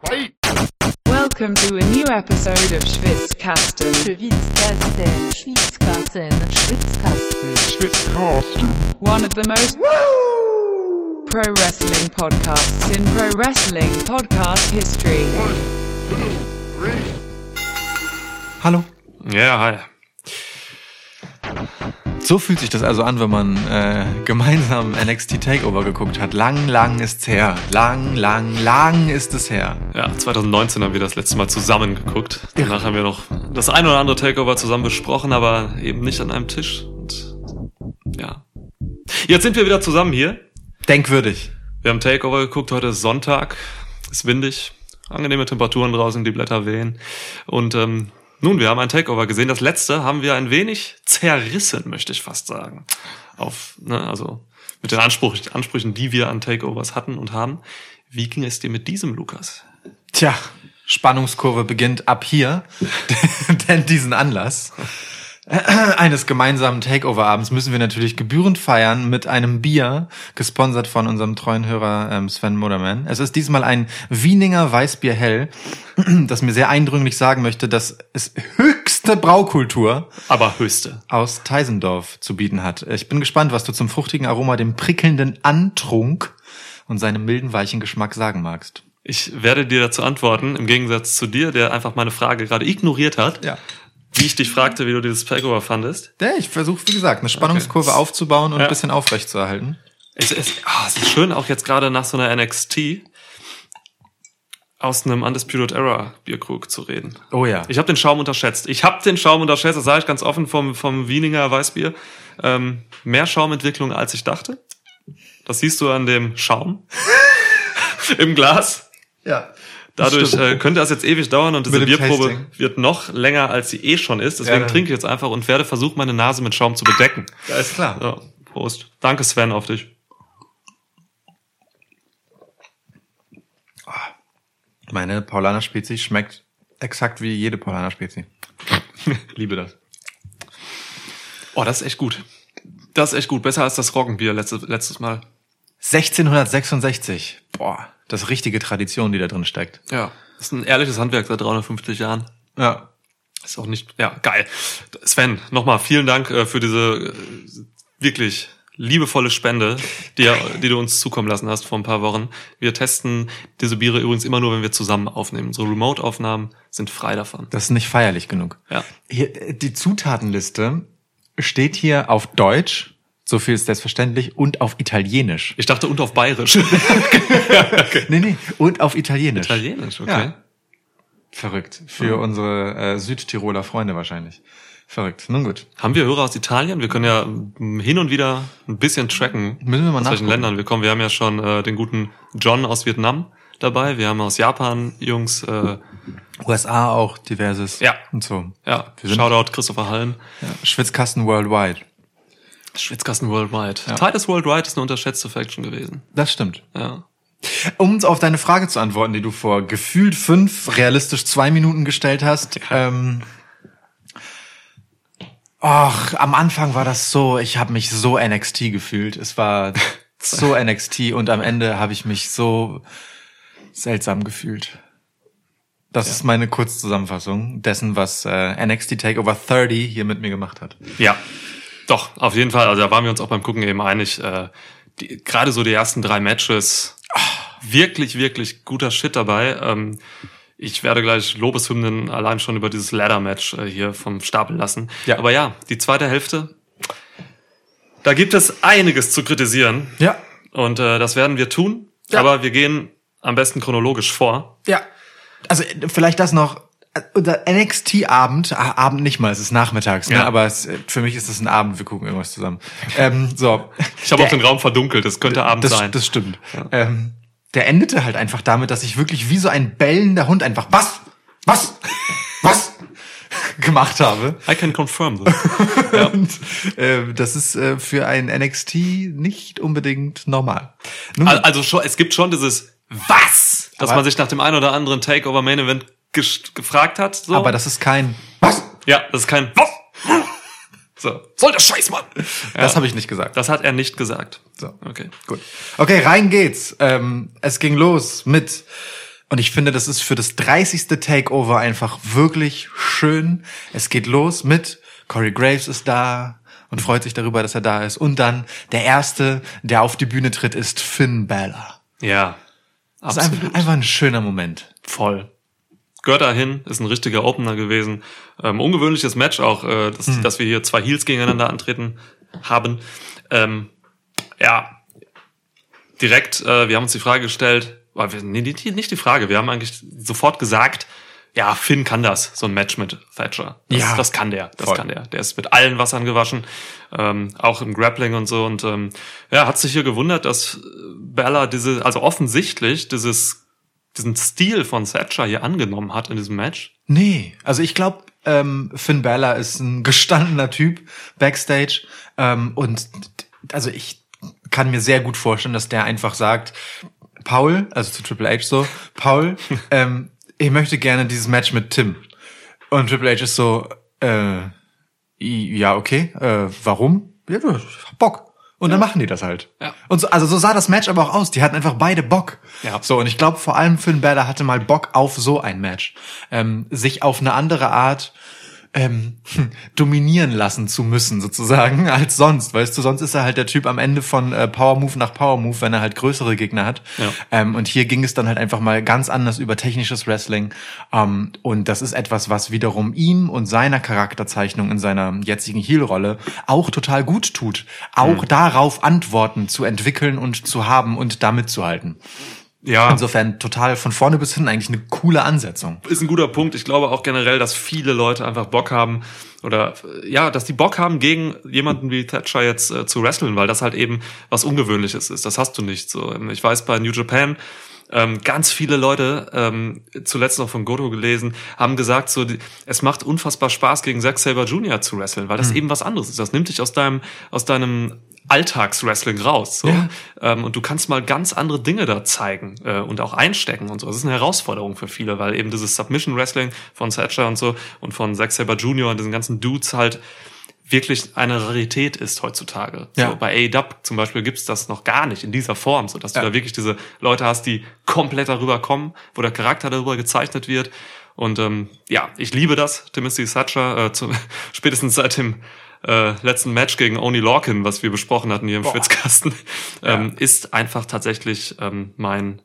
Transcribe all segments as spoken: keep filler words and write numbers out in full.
Welcome to a new episode of Schwitzkasten. Schwitzkasten. Schwitzkasten. Schwitzkasten. Schwitzkasten. One of the most Woo! pro wrestling podcasts in pro wrestling podcast history. Hallo. Ja, hi. So fühlt sich das also an, wenn man äh, gemeinsam N X T Takeover geguckt hat. Lang, lang ist's her. Lang, lang, lang ist es her. Ja, zwanzig neunzehn haben wir das letzte Mal zusammen geguckt. Danach haben wir noch das ein oder andere Takeover zusammen besprochen, aber eben nicht an einem Tisch. Und ja. Jetzt sind wir wieder zusammen hier. Denkwürdig. Wir haben Takeover geguckt, heute ist Sonntag, ist windig, angenehme Temperaturen draußen, die Blätter wehen. Und ähm, nun, wir haben ein Takeover gesehen. Das letzte haben wir ein wenig zerrissen, möchte ich fast sagen. Auf, ne, also mit den Anspruch, Ansprüchen, die wir an Takeovers hatten und haben. Wie ging es dir mit diesem, Lukas? Tja, Spannungskurve beginnt ab hier, denn diesen Anlass eines gemeinsamen Takeover-Abends müssen wir natürlich gebührend feiern mit einem Bier, gesponsert von unserem treuen Hörer ähm, Sven Moderman. Es ist diesmal ein Wieninger Weißbier Hell, das mir sehr eindringlich sagen möchte, dass es höchste Braukultur, aber höchste, aus Teisendorf zu bieten hat. Ich bin gespannt, was du zum fruchtigen Aroma, dem prickelnden Antrunk und seinem milden, weichen Geschmack sagen magst. Ich werde dir dazu antworten, im Gegensatz zu dir, der einfach meine Frage gerade ignoriert hat. Ja. Wie ich dich fragte, wie du dieses Takeover fandest. Ja, ich versuche, wie gesagt, eine Spannungskurve okay. aufzubauen und ja. ein bisschen aufrecht zu erhalten. Es ist, oh, es ist schön, auch jetzt gerade nach so einer N X T aus einem Undisputed Era Bierkrug zu reden. Oh ja. Ich habe den Schaum unterschätzt. Ich habe den Schaum unterschätzt, das sage ich ganz offen vom, vom Wieninger Weißbier. Ähm, mehr Schaumentwicklung, als ich dachte. Das siehst du an dem Schaum im Glas. Ja. Dadurch äh, könnte das jetzt ewig dauern und diese Bierprobe Tasting. wird noch länger, als sie eh schon ist. Deswegen ja, trinke ich jetzt einfach und werde versuchen, meine Nase mit Schaum zu bedecken. Ja, ist klar. So, Prost. Danke, Sven, auf dich. Meine Paulaner Spezi schmeckt exakt wie jede Paulaner Spezi. Liebe das. Oh, das ist echt gut. Das ist echt gut. Besser als das Roggenbier letztes, letztes Mal. sechzehnhundertsechsundsechzig. Boah. Das ist richtige Tradition, die da drin steckt. Ja, das ist ein ehrliches Handwerk seit dreihundertfünfzig Jahren. Ja. Ist auch nicht, ja, geil. Sven, nochmal vielen Dank äh, für diese äh, wirklich liebevolle Spende, die, die du uns zukommen lassen hast vor ein paar Wochen. Wir testen diese Biere übrigens immer nur, wenn wir zusammen aufnehmen. Unsere Remote-Aufnahmen sind frei davon. Das ist nicht feierlich genug. Ja. Hier, die Zutatenliste steht hier auf Deutsch. So viel ist selbstverständlich. Und auf Italienisch. Ich dachte, und auf Bayerisch. okay. Nee, nee. Und auf Italienisch. Italienisch, okay. Ja. Verrückt. Für mhm. unsere äh, Südtiroler Freunde wahrscheinlich. Verrückt. Nun gut. Haben wir Hörer aus Italien? Wir können ja hin und wieder ein bisschen tracken. Müssen wir mal aus welchen Ländern wir kommen. Wir haben ja schon äh, den guten John aus Vietnam dabei. Wir haben aus Japan Jungs. Äh, U S A auch diverses. Ja. Und so. Ja. Shoutout Christopher Hallen. Ja. Schwitzkasten Worldwide. Schwitzkasten Worldwide. Ja. Titus Worldwide ist eine unterschätzte Faction gewesen. Das stimmt. Ja. Um auf deine Frage zu antworten, die du vor gefühlt fünf, realistisch zwei Minuten gestellt hast. Ja. Ähm, ach, am Anfang war das so, ich habe mich so N X T gefühlt. Es war so N X T und am Ende habe ich mich so seltsam gefühlt. Das ja. ist meine Kurzzusammenfassung dessen, was äh, N X T Takeover dreißig hier mit mir gemacht hat. Ja. Doch, auf jeden Fall. Also da waren wir uns auch beim Gucken eben einig. Äh, die, gerade so die ersten drei Matches, wirklich, wirklich guter Shit dabei. Ähm, ich werde gleich Lobeshymnen allein schon über dieses Ladder-Match äh, hier vom Stapel lassen. Ja. Aber ja, die zweite Hälfte, da gibt es einiges zu kritisieren. Ja. Und äh, das werden wir tun. Ja. Aber wir gehen am besten chronologisch vor. Ja. Also vielleicht das noch. Unser N X T-Abend, ah, Abend nicht mal, es ist nachmittags, ne? Ja. Aber es, für mich ist es ein Abend, wir gucken irgendwas zusammen. Ähm, so. Ich habe auch den Raum verdunkelt, das könnte Abend das, sein. Das stimmt. Ja. Ähm, der endete halt einfach damit, dass ich wirklich wie so ein bellender Hund einfach was, was, was gemacht habe. I can confirm this. Ja. Und äh, das ist äh, für ein N X T nicht unbedingt normal. Nun, Also schon, es gibt schon dieses Was, dass aber, man sich nach dem einen oder anderen Takeover Main Event gefragt hat. So. Aber das ist kein Was? Ja, das ist kein Was? So, soll der Scheiß, Mann! Das ja. habe ich nicht gesagt. Das hat er nicht gesagt. So, okay, gut. Okay, rein geht's. Ähm, es ging los mit Und ich finde, das ist für das dreißigste Takeover einfach wirklich schön. Es geht los mit Corey Graves ist da und freut sich darüber, dass er da ist. Und dann der Erste, der auf die Bühne tritt, ist Finn Balor. Ja, das ist einfach, einfach ein schöner Moment. Voll. Gehört dahin, ist ein richtiger Opener gewesen. Ähm, ungewöhnliches Match auch, äh, dass, hm. dass wir hier zwei Heels gegeneinander antreten haben. Ähm, ja, direkt, äh, wir haben uns die Frage gestellt, nee, nicht die Frage, wir haben eigentlich sofort gesagt, ja, Finn kann das, so ein Match mit Thatcher. Das, ja, das kann der, das voll. kann der. Der ist mit allen Wassern gewaschen, ähm, auch im Grappling und so. Und ähm, ja, hat sich hier gewundert, dass Balor diese, also offensichtlich dieses, diesen Stil von Thatcher hier angenommen hat in diesem Match. Nee, also ich glaube, ähm, Finn Balor ist ein gestandener Typ backstage ähm, und also ich kann mir sehr gut vorstellen, dass der einfach sagt, Paul, also zu Triple H so, Paul, ähm, ich möchte gerne dieses Match mit Tim. Und Triple H ist so, äh, ja, okay, äh, warum? Ja, du, ich hab Bock. Und dann machen die das halt. Ja. Und so, also so sah das Match aber auch aus. Die hatten einfach beide Bock. Ja. So, und ich glaube, vor allem Finn Balor hatte mal Bock auf so ein Match. Ähm, sich auf eine andere Art ähm, dominieren lassen zu müssen, sozusagen, als sonst. Weißt du, sonst ist er halt der Typ am Ende von äh, Power Move nach Power Move, wenn er halt größere Gegner hat. Ja. Ähm, und hier ging es dann halt einfach mal ganz anders über technisches Wrestling. Ähm, und das ist etwas, was wiederum ihm und seiner Charakterzeichnung in seiner jetzigen Heel-Rolle auch total gut tut. Auch mhm. darauf Antworten zu entwickeln und zu haben und da mitzuhalten. Ja. Insofern total von vorne bis hinten eigentlich eine coole Ansetzung. Ist ein guter Punkt. Ich glaube auch generell, dass viele Leute einfach Bock haben oder ja, dass die Bock haben, gegen jemanden wie Thatcher jetzt äh, zu wrestlen, weil das halt eben was Ungewöhnliches ist. Das hast du nicht so. Ich weiß, bei New Japan ähm, ganz viele Leute, ähm, zuletzt noch von Goto gelesen, haben gesagt, so die, es macht unfassbar Spaß, gegen Zack Sabre Junior zu wresteln, weil das mhm. eben was anderes ist. Das nimmt dich aus deinem aus deinem Alltagswrestling raus. So. Ja. Ähm, und du kannst mal ganz andere Dinge da zeigen äh, und auch einstecken und so. Das ist eine Herausforderung für viele, weil eben dieses Submission-Wrestling von Thatcher und so und von Zack Sabre Junior und diesen ganzen Dudes halt wirklich eine Rarität ist heutzutage. Ja. So, bei A E W zum Beispiel gibt's das noch gar nicht in dieser Form, so dass du ja. da wirklich diese Leute hast, die komplett darüber kommen, wo der Charakter darüber gezeichnet wird. Und ähm, ja, ich liebe das, Timothy Thatcher, äh, zu, spätestens seit dem Äh, letzten Match gegen Oney Lorcan, was wir besprochen hatten hier im Boah. Schwitzkasten, ähm, ja. ist einfach tatsächlich ähm, mein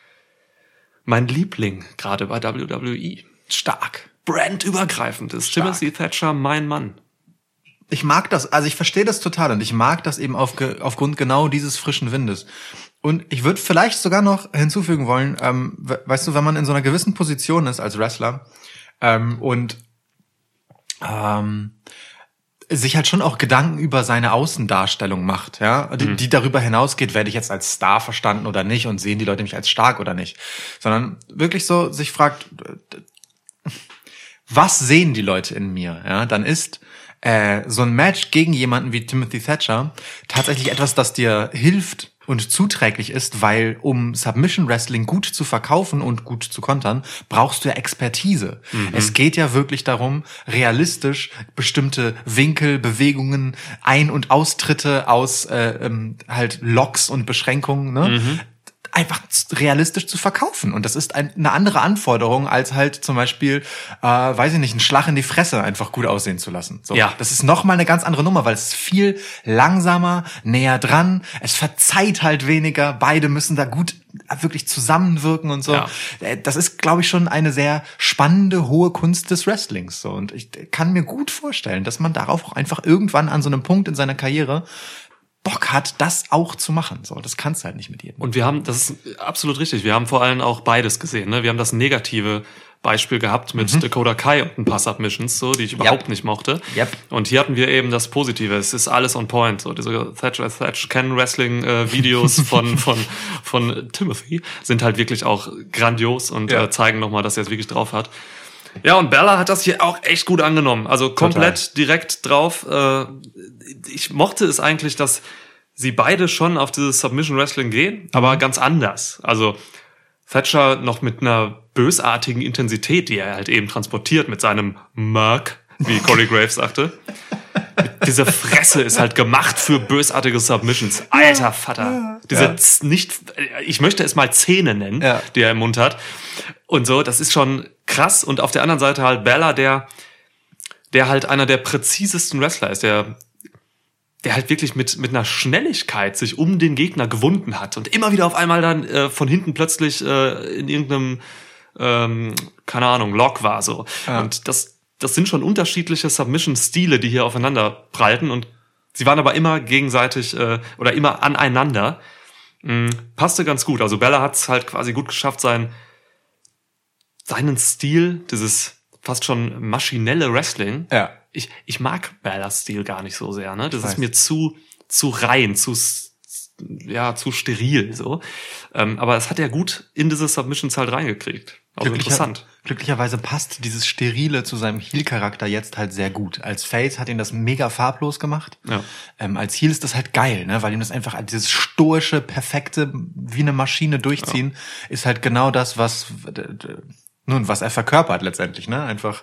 mein Liebling gerade bei W W E. Stark. Brandübergreifend ist Stark. Timothy Thatcher mein Mann. Ich mag das, also ich verstehe das total und ich mag das eben auf, aufgrund genau dieses frischen Windes. Und ich würde vielleicht sogar noch hinzufügen wollen, ähm, weißt du, wenn man in so einer gewissen Position ist als Wrestler ähm, und ähm, sich halt schon auch Gedanken über seine Außendarstellung macht, ja, die, mhm. die darüber hinausgeht, werde ich jetzt als Star verstanden oder nicht und sehen die Leute mich als stark oder nicht, sondern wirklich so sich fragt, was sehen die Leute in mir, ja, dann ist äh, so ein Match gegen jemanden wie Timothy Thatcher tatsächlich etwas, das dir hilft und zuträglich ist, weil um Submission Wrestling gut zu verkaufen und gut zu kontern, brauchst du ja Expertise. Mhm. Es geht ja wirklich darum, realistisch bestimmte Winkel, Bewegungen, Ein- und Austritte aus äh, ähm, halt Locks und Beschränkungen, ne? Mhm. einfach realistisch zu verkaufen. Und das ist ein, eine andere Anforderung, als halt zum Beispiel, äh, weiß ich nicht, einen Schlag in die Fresse einfach gut aussehen zu lassen. So. Ja. Das ist nochmal eine ganz andere Nummer, weil es ist viel langsamer, näher dran, es verzeiht halt weniger, beide müssen da gut wirklich zusammenwirken und so. Ja. Das ist, glaube ich, schon eine sehr spannende, hohe Kunst des Wrestlings. So. Und ich kann mir gut vorstellen, dass man darauf auch einfach irgendwann an so einem Punkt in seiner Karriere Bock hat, das auch zu machen. So, das kannst du halt nicht mit jedem. Und wir haben, das ist absolut richtig, wir haben vor allem auch beides gesehen. Ne? Wir haben das negative Beispiel gehabt mit mhm. Dakota Kai und ein paar Submissions, so, die ich überhaupt yep. nicht mochte. Yep. Und hier hatten wir eben das Positive. Es ist alles on point. So, diese Thatcher Thatch Ken Wrestling äh, Videos von von von Timothy sind halt wirklich auch grandios und ja. äh, zeigen nochmal, dass er es wirklich drauf hat. Ja, und Balor hat das hier auch echt gut angenommen. Also komplett Total. direkt drauf. Ich mochte es eigentlich, dass sie beide schon auf dieses Submission Wrestling gehen, aber mhm. ganz anders. Also Thatcher noch mit einer bösartigen Intensität, die er halt eben transportiert mit seinem Mark, wie Corey Graves sagte. Mit diese Fresse ist halt gemacht für bösartige Submissions. Alter Vater. Diese Ja. Z- nicht, ich möchte es mal Zähne nennen, Ja. die er im Mund hat. Und so, das ist schon krass. Und auf der anderen Seite halt Bella, der, der halt einer der präzisesten Wrestler ist, der, der halt wirklich mit, mit einer Schnelligkeit sich um den Gegner gewunden hat und immer wieder auf einmal dann äh, von hinten plötzlich äh, in irgendeinem, ähm, keine Ahnung, Lock war so. Ja. Und das, das sind schon unterschiedliche Submission-Stile, die hier aufeinander prallten und sie waren aber immer gegenseitig äh, oder immer aneinander. Mhm, passte ganz gut. Also Bella hat es halt quasi gut geschafft, sein, seinen Stil, dieses fast schon maschinelle Wrestling. Ja. Ich, ich mag Bellas Stil gar nicht so sehr, ne? Das Ich ist weiß. mir zu, zu rein, zu, s- ja, zu steril, so. Ähm, aber es hat er gut in diese Submissions halt reingekriegt. Also interessant. Glücklicherweise passt dieses Sterile zu seinem Heel-Charakter jetzt halt sehr gut. Als Face hat ihn das mega farblos gemacht. Ja. Ähm, als Heel ist das halt geil, ne? Weil ihm das einfach dieses stoische, perfekte, wie eine Maschine durchziehen, ist halt genau das, was, nun, was er verkörpert letztendlich, ne? Einfach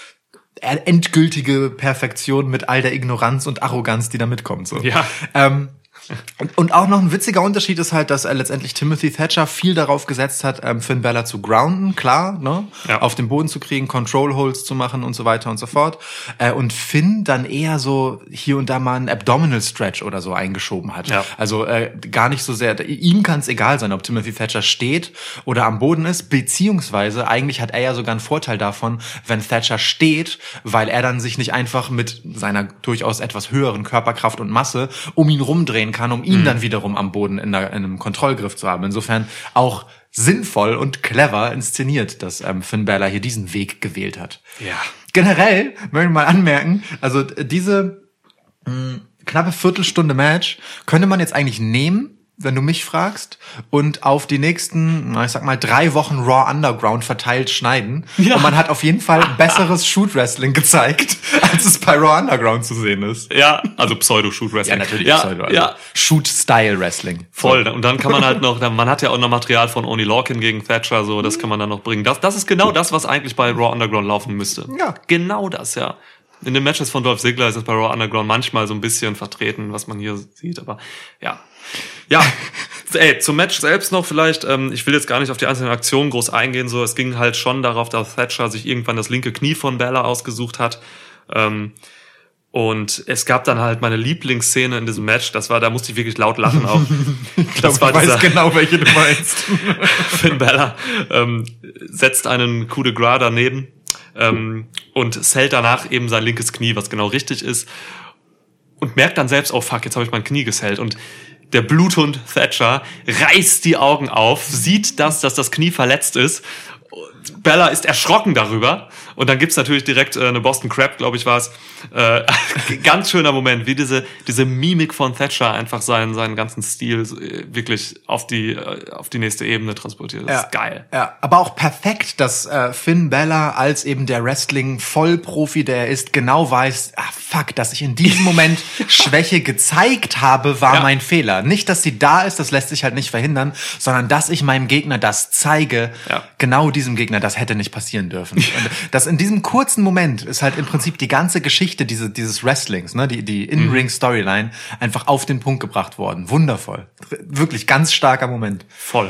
endgültige Perfektion mit all der Ignoranz und Arroganz, die da mitkommt, so. Ja. Ähm, Und, und auch noch ein witziger Unterschied ist halt, dass er letztendlich Timothy Thatcher viel darauf gesetzt hat, ähm, Finn Balor zu grounden, klar, ne? Ja. Auf den Boden zu kriegen, Control Holds zu machen und so weiter und so fort. Äh, und Finn dann eher so hier und da mal einen Abdominal Stretch oder so eingeschoben hat. Ja. Also äh, gar nicht so sehr, ihm kann es egal sein, ob Timothy Thatcher steht oder am Boden ist, beziehungsweise eigentlich hat er ja sogar einen Vorteil davon, wenn Thatcher steht, weil er dann sich nicht einfach mit seiner durchaus etwas höheren Körperkraft und Masse um ihn rumdrehen kann, um ihn mhm. dann wiederum am Boden in, einer, in einem Kontrollgriff zu haben. Insofern auch sinnvoll und clever inszeniert, dass ähm, Finn Balor hier diesen Weg gewählt hat. Ja. Generell möchte ich mal anmerken, also diese mh, knappe Viertelstunde Match könnte man jetzt eigentlich nehmen, wenn du mich fragst, und auf die nächsten, na, ich sag mal, drei Wochen Raw Underground verteilt schneiden. Ja. Und man hat auf jeden Fall besseres Shoot-Wrestling gezeigt, als es bei Raw Underground zu sehen ist. Ja, also Pseudo-Shoot-Wrestling. Ja, natürlich Ja, Pseudo, also ja. Shoot-Style-Wrestling. Voll. Und dann kann man halt noch, man hat ja auch noch Material von Oney Lorcan gegen Thatcher, so, das kann man dann noch bringen. Das, das ist genau das, was eigentlich bei Raw Underground laufen müsste. Ja. Genau das, ja. In den Matches von Dolph Ziggler ist es bei Raw Underground manchmal so ein bisschen vertreten, was man hier sieht, aber ja. Ja, ey, zum Match selbst noch vielleicht, ähm, ich will jetzt gar nicht auf die einzelnen Aktionen groß eingehen, so, es ging halt schon darauf, dass Thatcher sich irgendwann das linke Knie von Balor ausgesucht hat, ähm, und es gab dann halt meine Lieblingsszene in diesem Match, das war, da musste ich wirklich laut lachen auch. Ich glaube, ich weiß genau, welche du meinst. Finn Balor ähm, setzt einen Coup de Gras daneben ähm, und zählt danach eben sein linkes Knie, was genau richtig ist, und merkt dann selbst, oh fuck, jetzt habe ich mein Knie gesellt, und der Bluthund Thatcher reißt die Augen auf, sieht das, dass das Knie verletzt ist. Bella ist erschrocken darüber. Und dann gibt's natürlich direkt äh, eine Boston Crab, glaube ich, war es. Äh, ganz schöner Moment, wie diese diese Mimik von Thatcher einfach seinen seinen ganzen Stil äh, wirklich auf die äh, auf die nächste Ebene transportiert. Das Ja, ist geil. Ja, aber auch perfekt, dass äh, Finn Balor als eben der Wrestling-Vollprofi, der er ist, genau weiß, ah fuck, dass ich in diesem Moment Schwäche gezeigt habe, war Ja. mein Fehler. Nicht, dass sie da ist, das lässt sich halt nicht verhindern, sondern dass ich meinem Gegner das zeige, Ja. genau diesem Gegner, das hätte nicht passieren dürfen. Und das in diesem kurzen Moment ist halt im Prinzip die ganze Geschichte diese, dieses Wrestlings, ne, die, die In-Ring-Storyline einfach auf den Punkt gebracht worden. Wundervoll. Wirklich ganz starker Moment. Voll.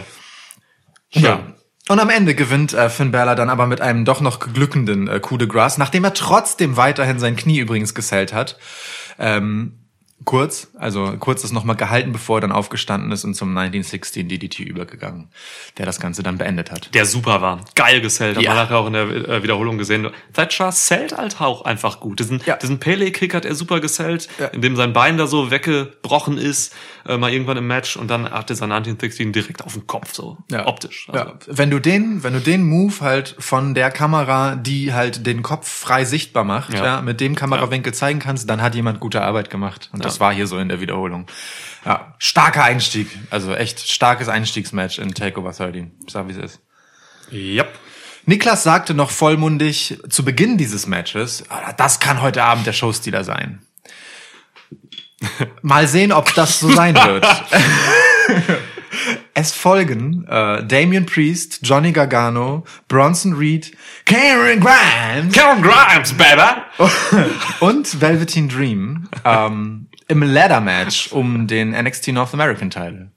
Ja. Und am Ende gewinnt äh, Finn Balor dann aber mit einem doch noch glückenden äh, Coup de Gras, nachdem er trotzdem weiterhin sein Knie übrigens gesellt hat. Ähm, kurz, also kurz ist nochmal gehalten, bevor er dann aufgestanden ist und zum neunzehnhundertsechzehn D D T übergegangen, der das Ganze dann beendet hat. Der super war. Geil gesellt. Hat Ja. man nachher auch in der äh, Wiederholung gesehen. Thatcher sellt halt auch einfach gut. Diesen, Ja. diesen Pele-Kick hat er super gesellt, Ja. indem sein Bein da so weggebrochen ist, äh, mal irgendwann im Match, und dann hat er sein neunzehnhundertsechzehn direkt auf den Kopf, so Ja. optisch. Also, Ja, wenn du den, wenn du den Move halt von der Kamera, die halt den Kopf frei sichtbar macht, ja, Ja. mit dem Kamerawinkel zeigen kannst, dann hat jemand gute Arbeit gemacht. Und das Ja. war hier so in der Wiederholung. Ja, starker Einstieg. Also echt starkes Einstiegsmatch in Takeover dreizehn. Ich sag, wie es ist. Yep. Niklas sagte noch vollmundig zu Beginn dieses Matches, "Ah, das kann heute Abend der Showstealer sein." Mal sehen, ob das so sein wird. Es folgen äh, Damian Priest, Johnny Gargano, Bronson Reed, Cameron Grimes, Cameron Grimes, baby! und Velveteen Dream ähm, im Ladder-Match um den N X T North American Title.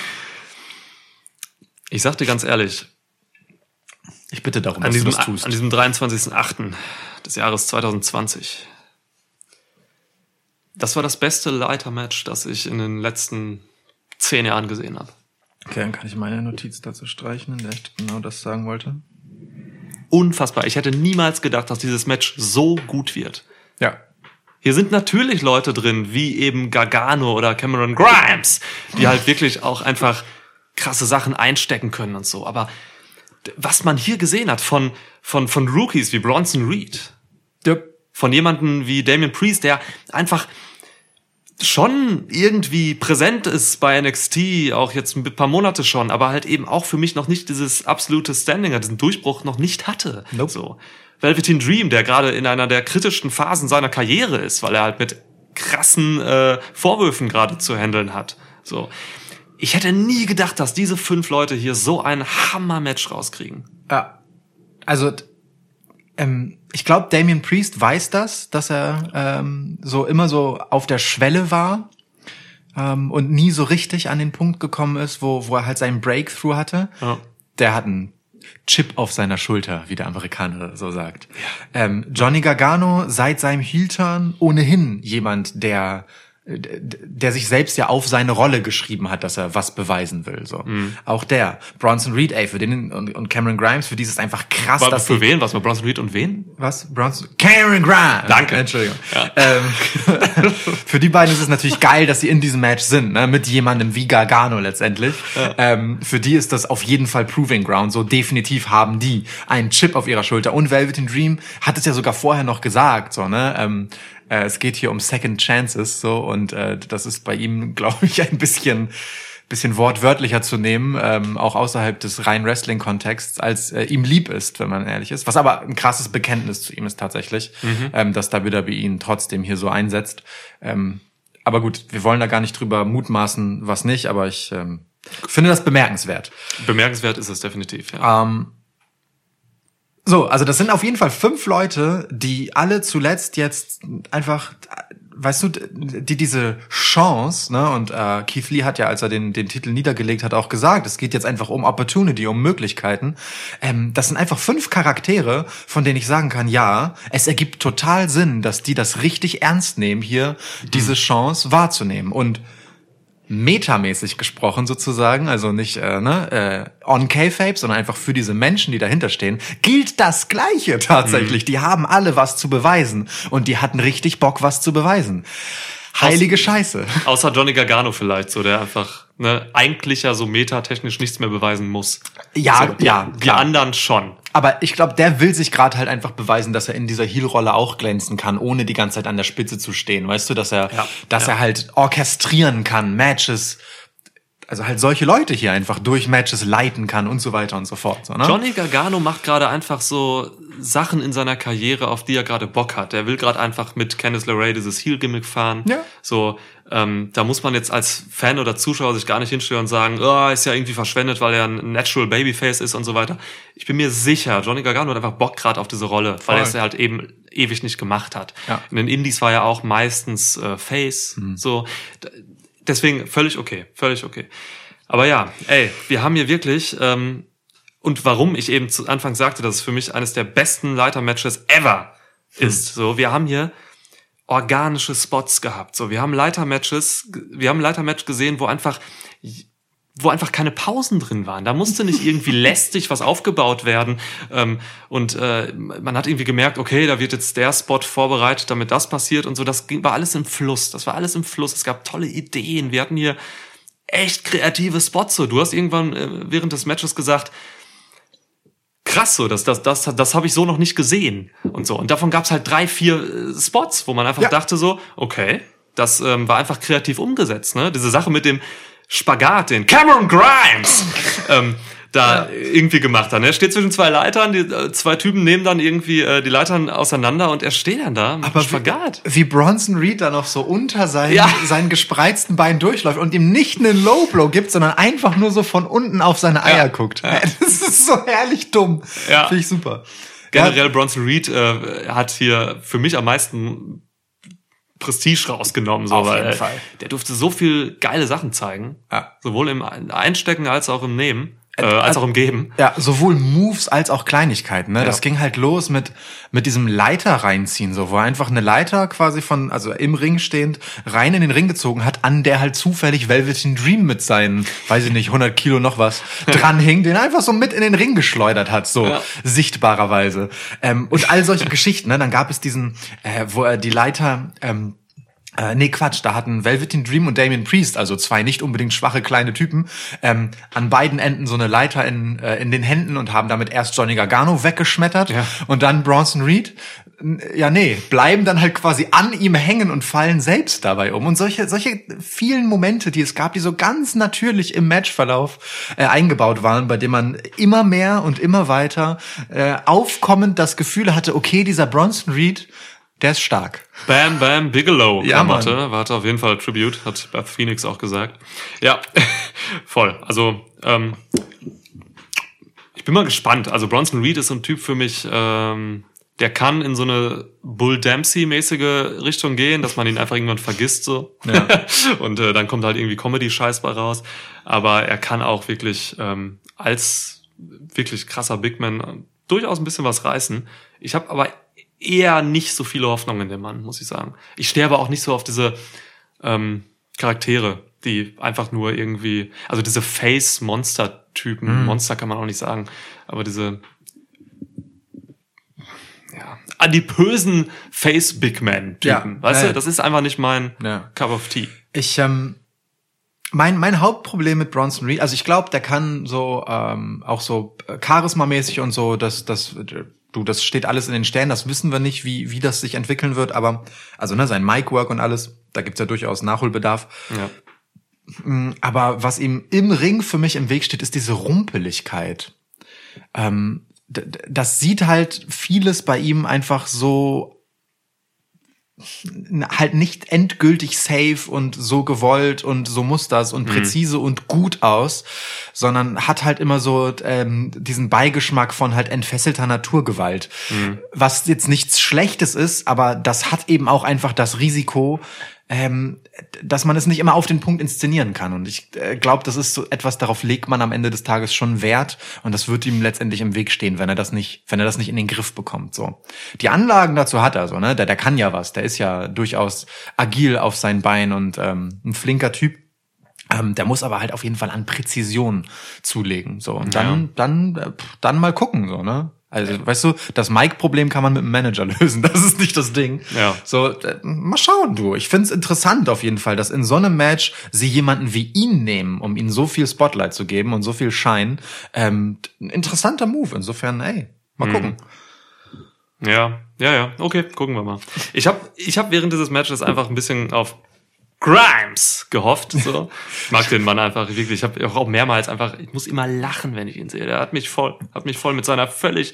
Ich sag dir ganz ehrlich, Ich bitte darum, an dass diesem, du das tust. an diesem dreiundzwanzigsten achten des Jahres zwanzig zwanzig. Das war das beste Leiter-Match, das ich in den letzten zehn Jahren gesehen habe. Okay, dann kann ich meine Notiz dazu streichen, in der ich genau das sagen wollte. Unfassbar. Ich hätte niemals gedacht, dass dieses Match so gut wird. Ja. Hier sind natürlich Leute drin, wie eben Gargano oder Cameron Grimes, die halt wirklich auch einfach krasse Sachen einstecken können und so. Aber was man hier gesehen hat von, von, von Rookies wie Bronson Reed, Ja. von jemandem wie Damian Priest, der einfach schon irgendwie präsent ist bei N X T, auch jetzt ein paar Monate schon, aber halt eben auch für mich noch nicht dieses absolute Standing, diesen Durchbruch noch nicht hatte. Nope. So. Velveteen Dream, der gerade in einer der kritischsten Phasen seiner Karriere ist, weil er halt mit krassen äh, Vorwürfen gerade zu handeln hat. So. Ich hätte nie gedacht, dass diese fünf Leute hier so ein Hammer-Match rauskriegen. Ja. Also, ähm, ich glaube, Damian Priest weiß das, dass er ähm, so immer so auf der Schwelle war ähm, und nie so richtig an den Punkt gekommen ist, wo, wo er halt seinen Breakthrough hatte. Ja. Der hat einen Chip auf seiner Schulter, wie der Amerikaner so sagt. Ja. Ähm, Johnny Gargano seit seinem Heel-Turn ohnehin jemand, der der sich selbst ja auf seine Rolle geschrieben hat, dass er was beweisen will. So mhm. Auch der Bronson Reed, ey, für den und, und Cameron Grimes, für die ist es einfach krass, War, dass für die, wen? Was war Bronson Reed und wen? Was? Bronson? Cameron Grimes. Danke. Entschuldigung. Ja. Ähm, für die beiden ist es natürlich geil, dass sie in diesem Match sind, ne, mit jemandem wie Gargano letztendlich. Ja. Ähm, für die ist das auf jeden Fall Proving Ground. So definitiv haben die einen Chip auf ihrer Schulter. Und Velveteen Dream hat es ja sogar vorher noch gesagt, so ne. Ähm, Äh, es geht hier um Second Chances, so, und äh, das ist bei ihm, glaube ich, ein bisschen bisschen wortwörtlicher zu nehmen, ähm, auch außerhalb des reinen Wrestling-Kontexts, als äh, ihm lieb ist, wenn man ehrlich ist. Was aber ein krasses Bekenntnis zu ihm ist tatsächlich, mhm. ähm, dass W W E ihn trotzdem hier so einsetzt. Ähm, aber gut, wir wollen da gar nicht drüber mutmaßen, was nicht, aber ich ähm, finde das bemerkenswert. Bemerkenswert ist es definitiv, ja. Ähm, So, also das sind auf jeden Fall fünf Leute, die alle zuletzt jetzt einfach, weißt du, die diese Chance, ne, und äh, Keith Lee hat ja, als er den den Titel niedergelegt hat, auch gesagt, es geht jetzt einfach um Opportunity, um Möglichkeiten. Ähm, das sind einfach fünf Charaktere, von denen ich sagen kann, ja, es ergibt total Sinn, dass die das richtig ernst nehmen, hier diese Chance wahrzunehmen. Und metamäßig gesprochen sozusagen, also nicht äh, ne, äh, on K-Fape, sondern einfach für diese Menschen, die dahinter stehen, gilt das Gleiche tatsächlich. Mhm. Die haben alle was zu beweisen und die hatten richtig Bock, was zu beweisen. Heilige Aus, Scheiße. Außer Johnny Gargano vielleicht, so der einfach ne, eigentlich ja so metatechnisch nichts mehr beweisen muss. Ja, so, die, ja, die klar. anderen schon. Aber ich glaube, der will sich gerade halt einfach beweisen, dass er in dieser Heel-Rolle auch glänzen kann, ohne die ganze Zeit an der Spitze zu stehen. Weißt du, dass er, ja, dass ja. er halt orchestrieren kann, Matches, also halt solche Leute hier einfach durch Matches leiten kann und so weiter und so fort. So, ne? Johnny Gargano macht gerade einfach so Sachen in seiner Karriere, auf die er gerade Bock hat. Er will gerade einfach mit Candice LeRae dieses Heel-Gimmick fahren. Ja. So, ähm, da muss man jetzt als Fan oder Zuschauer sich gar nicht hinstellen und sagen, oh, ist ja irgendwie verschwendet, weil er ein Natural Babyface ist und so weiter. Ich bin mir sicher, Johnny Gargano hat einfach Bock gerade auf diese Rolle, weil er es halt eben ewig nicht gemacht hat. Ja. In den Indies war er auch meistens äh, Face. Mhm. So, deswegen völlig okay, völlig okay. Aber ja, ey, wir haben hier wirklich, ähm, und warum ich eben zu Anfang sagte, dass es für mich eines der besten Leiter-Matches ever hm. ist. So, wir haben hier organische Spots gehabt. So, wir haben Leiter-Matches, wir haben ein Leiter-Match gesehen, wo einfach, wo einfach keine Pausen drin waren. Da musste nicht irgendwie lästig was aufgebaut werden. Ähm, und äh, man hat irgendwie gemerkt, okay, da wird jetzt der Spot vorbereitet, damit das passiert und so. Das war alles im Fluss. Das war alles im Fluss. Es gab tolle Ideen. Wir hatten hier echt kreative Spots. So, du hast irgendwann äh, während des Matches gesagt, krass, so, das, das, das, das habe ich so noch nicht gesehen und so. Und davon gab's halt drei, vier äh, Spots, wo man einfach ja. dachte so, okay, das ähm, war einfach kreativ umgesetzt, ne? Diese Sache mit dem Spagat, den Cameron Grimes, ähm, da ja. irgendwie gemacht hat. Er steht zwischen zwei Leitern, die äh, zwei Typen nehmen dann irgendwie äh, die Leitern auseinander und er steht dann da mit Aber Spagat. Wie, wie Bronson Reed dann noch so unter seinen, Ja. seinen gespreizten Beinen durchläuft und ihm nicht einen Low Blow gibt, sondern einfach nur so von unten auf seine Eier Ja. guckt. Ja. Das ist so herrlich dumm. Ja. Finde ich super. Generell Bronson Reed äh, hat hier für mich am meisten Prestige rausgenommen, so, Auf weil jeden äh, Fall. der durfte so viel geile Sachen zeigen, Ja. sowohl im Einstecken als auch im Nehmen, äh, als auch im Geben. Ja, sowohl Moves als auch Kleinigkeiten, ne? Ja. Das ging halt los mit, mit diesem Leiter reinziehen, so, wo er einfach eine Leiter quasi von, also im Ring stehend, rein in den Ring gezogen hat, an der halt zufällig Velveteen Dream mit seinen, weiß ich nicht, hundert Kilo noch was, dranhing, den einfach so mit in den Ring geschleudert hat, so, Ja. sichtbarerweise. Ähm, und all solche Geschichten, ne? Dann gab es diesen, äh, wo er die Leiter, ähm, Äh, nee, Quatsch, da hatten Velveteen Dream und Damien Priest, also zwei nicht unbedingt schwache kleine Typen, ähm, an beiden Enden so eine Leiter in, äh, in den Händen und haben damit erst Johnny Gargano weggeschmettert Ja. und dann Bronson Reed. Ja, nee, bleiben dann halt quasi an ihm hängen und fallen selbst dabei um. Und solche, solche vielen Momente, die es gab, die so ganz natürlich im Matchverlauf äh, eingebaut waren, bei dem man immer mehr und immer weiter äh, aufkommend das Gefühl hatte, okay, dieser Bronson Reed, der ist stark. Bam Bam Bigelow Ja, Klamotte, Mann. war auf jeden Fall Tribute, hat Beth Phoenix auch gesagt. Ja, voll. Also ähm, ich bin mal gespannt. Also Bronson Reed ist so ein Typ für mich, ähm, der kann in so eine Bull Dempsey-mäßige Richtung gehen, dass man ihn einfach irgendwann vergisst so. Ja. Und äh, dann kommt halt irgendwie Comedy-Scheiß bei raus. Aber er kann auch wirklich ähm, als wirklich krasser Big Man durchaus ein bisschen was reißen. Ich habe aber eher nicht so viele Hoffnungen in dem Mann, muss ich sagen. Ich stehe aber auch nicht so auf diese ähm, Charaktere, die einfach nur irgendwie, also diese Face-Monster-Typen, Mhm. Monster kann man auch nicht sagen, aber diese ja, adipösen Face-Big-Man-Typen, Ja, weißt ja. du, das ist einfach nicht mein Ja. Cup of Tea. Ich, ähm, mein, mein Hauptproblem mit Bronson Reed, also ich glaube, der kann so, ähm, auch so äh, charismamäßig und so, das, das, du, das steht alles in den Sternen, das wissen wir nicht, wie, wie das sich entwickeln wird, aber, also, ne, sein Mic-Work und alles, da gibt's ja durchaus Nachholbedarf. Ja. Aber was ihm im Ring für mich im Weg steht, ist diese Rumpeligkeit. Ähm, d- d- das sieht halt vieles bei ihm einfach so halt nicht endgültig safe und so gewollt und so muss das und präzise und gut aus, sondern hat halt immer so ähm, diesen Beigeschmack von halt entfesselter Naturgewalt. Was jetzt nichts Schlechtes ist, aber das hat eben auch einfach das Risiko, ähm, dass man es nicht immer auf den Punkt inszenieren kann. Und ich äh, glaube, das ist so etwas, darauf legt man am Ende des Tages schon Wert und das wird ihm letztendlich im Weg stehen, wenn er das nicht, wenn er das nicht in den Griff bekommt. So, die Anlagen dazu hat er so, ne? Der, der kann ja was, der ist ja durchaus agil auf seinen Beinen und ähm, ein flinker Typ. Ähm, der muss aber halt auf jeden Fall an Präzision zulegen. So und dann, Ja. dann, äh, dann mal gucken, so ne. Also, weißt du, das Mic-Problem kann man mit dem Manager lösen. Das ist nicht das Ding. Ja. So, äh, mal schauen, du. Ich find's interessant auf jeden Fall, dass in so einem Match sie jemanden wie ihn nehmen, um ihnen so viel Spotlight zu geben und so viel Shine. Ähm, ein interessanter Move. Insofern, ey, mal gucken. Ja, ja, ja. Okay, gucken wir mal. Ich habe ich hab während dieses Matches einfach ein bisschen auf Grimes gehofft. So. Ich mag den Mann einfach wirklich. Ich habe auch mehrmals einfach, ich muss immer lachen, wenn ich ihn sehe. Der hat mich voll, hat mich voll mit seiner völlig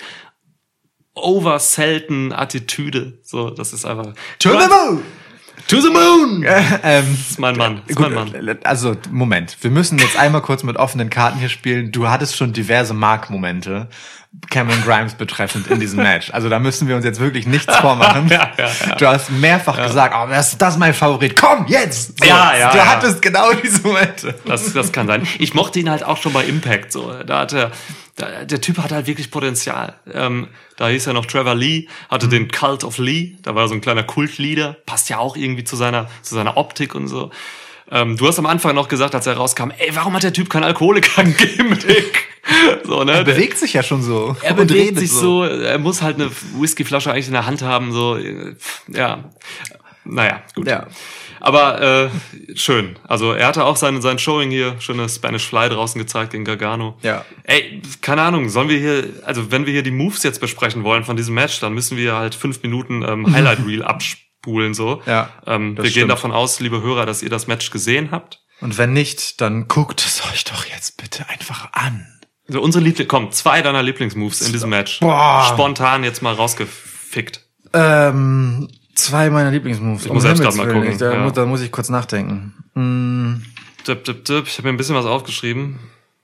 overselten Attitüde. So, das ist einfach. To the moon! To the moon! ähm, Das ist mein Mann. Das ist Gut, mein Mann. also Moment, wir müssen jetzt einmal kurz mit offenen Karten hier spielen. Du hattest schon diverse Mark-Momente Cameron Grimes betreffend in diesem Match. Also da müssen wir uns jetzt wirklich nichts vormachen. Ja, ja, ja. Du hast mehrfach gesagt, oh, das, das ist mein Favorit. Komm, jetzt! So, Ja, ja, Du ja. hattest genau diese Momente. Das, das kann sein. Ich mochte ihn halt auch schon bei Impact. So, da hatte da, der Typ hat halt wirklich Potenzial. Ähm, da hieß er noch Trevor Lee, hatte den Cult of Lee. Da war er so ein kleiner Kultleader. Passt ja auch irgendwie zu seiner zu seiner Optik und so. Ähm, du hast am Anfang noch gesagt, als er rauskam, ey, warum hat der Typ keinen Alkoholiker gegeben? So, ne? Er bewegt sich ja schon so. Er Und bewegt redet sich so, er muss halt eine Whiskyflasche eigentlich in der Hand haben, so, ja. Naja, gut. Ja. Aber äh, schön. Also er hatte auch sein, sein Showing hier, schöne Spanish Fly draußen gezeigt gegen Gargano. Ja. Ey, keine Ahnung, sollen wir hier, also wenn wir hier die Moves jetzt besprechen wollen von diesem Match, dann müssen wir halt fünf Minuten ähm, Highlight Reel abspulen, so. Ja, ähm, das wir gehen stimmt. davon aus, liebe Hörer, dass ihr das Match gesehen habt. Und wenn nicht, dann guckt es euch doch jetzt bitte einfach an. Also unsere Liebling, komm, zwei deiner Lieblingsmoves in diesem Match. Boah. Spontan jetzt mal rausgefickt. Ähm, zwei meiner Lieblingsmoves. Ich muss selbst grad mal Willen. gucken, Ich, da, ja. muss, da muss ich kurz nachdenken. Mm. Dip, dip, dip. Ich habe mir ein bisschen was aufgeschrieben.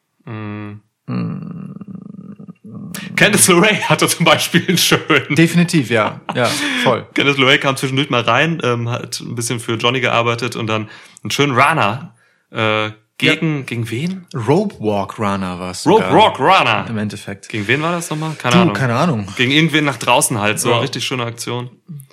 Hm. Mm. Candice LeRae hatte zum Beispiel einen schönen. Definitiv, ja. Ja, voll. Candice LeRae kam zwischendurch mal rein, ähm, hat ein bisschen für Johnny gearbeitet und dann einen schönen Runner äh, gegen, ja. gegen wen? Rope Walk Runner war's. Rope Walk Runner. Im Endeffekt. Gegen wen war das nochmal? Keine du, Ahnung. keine Ahnung. Gegen irgendwen nach draußen halt, so ja. eine richtig schöne Aktion.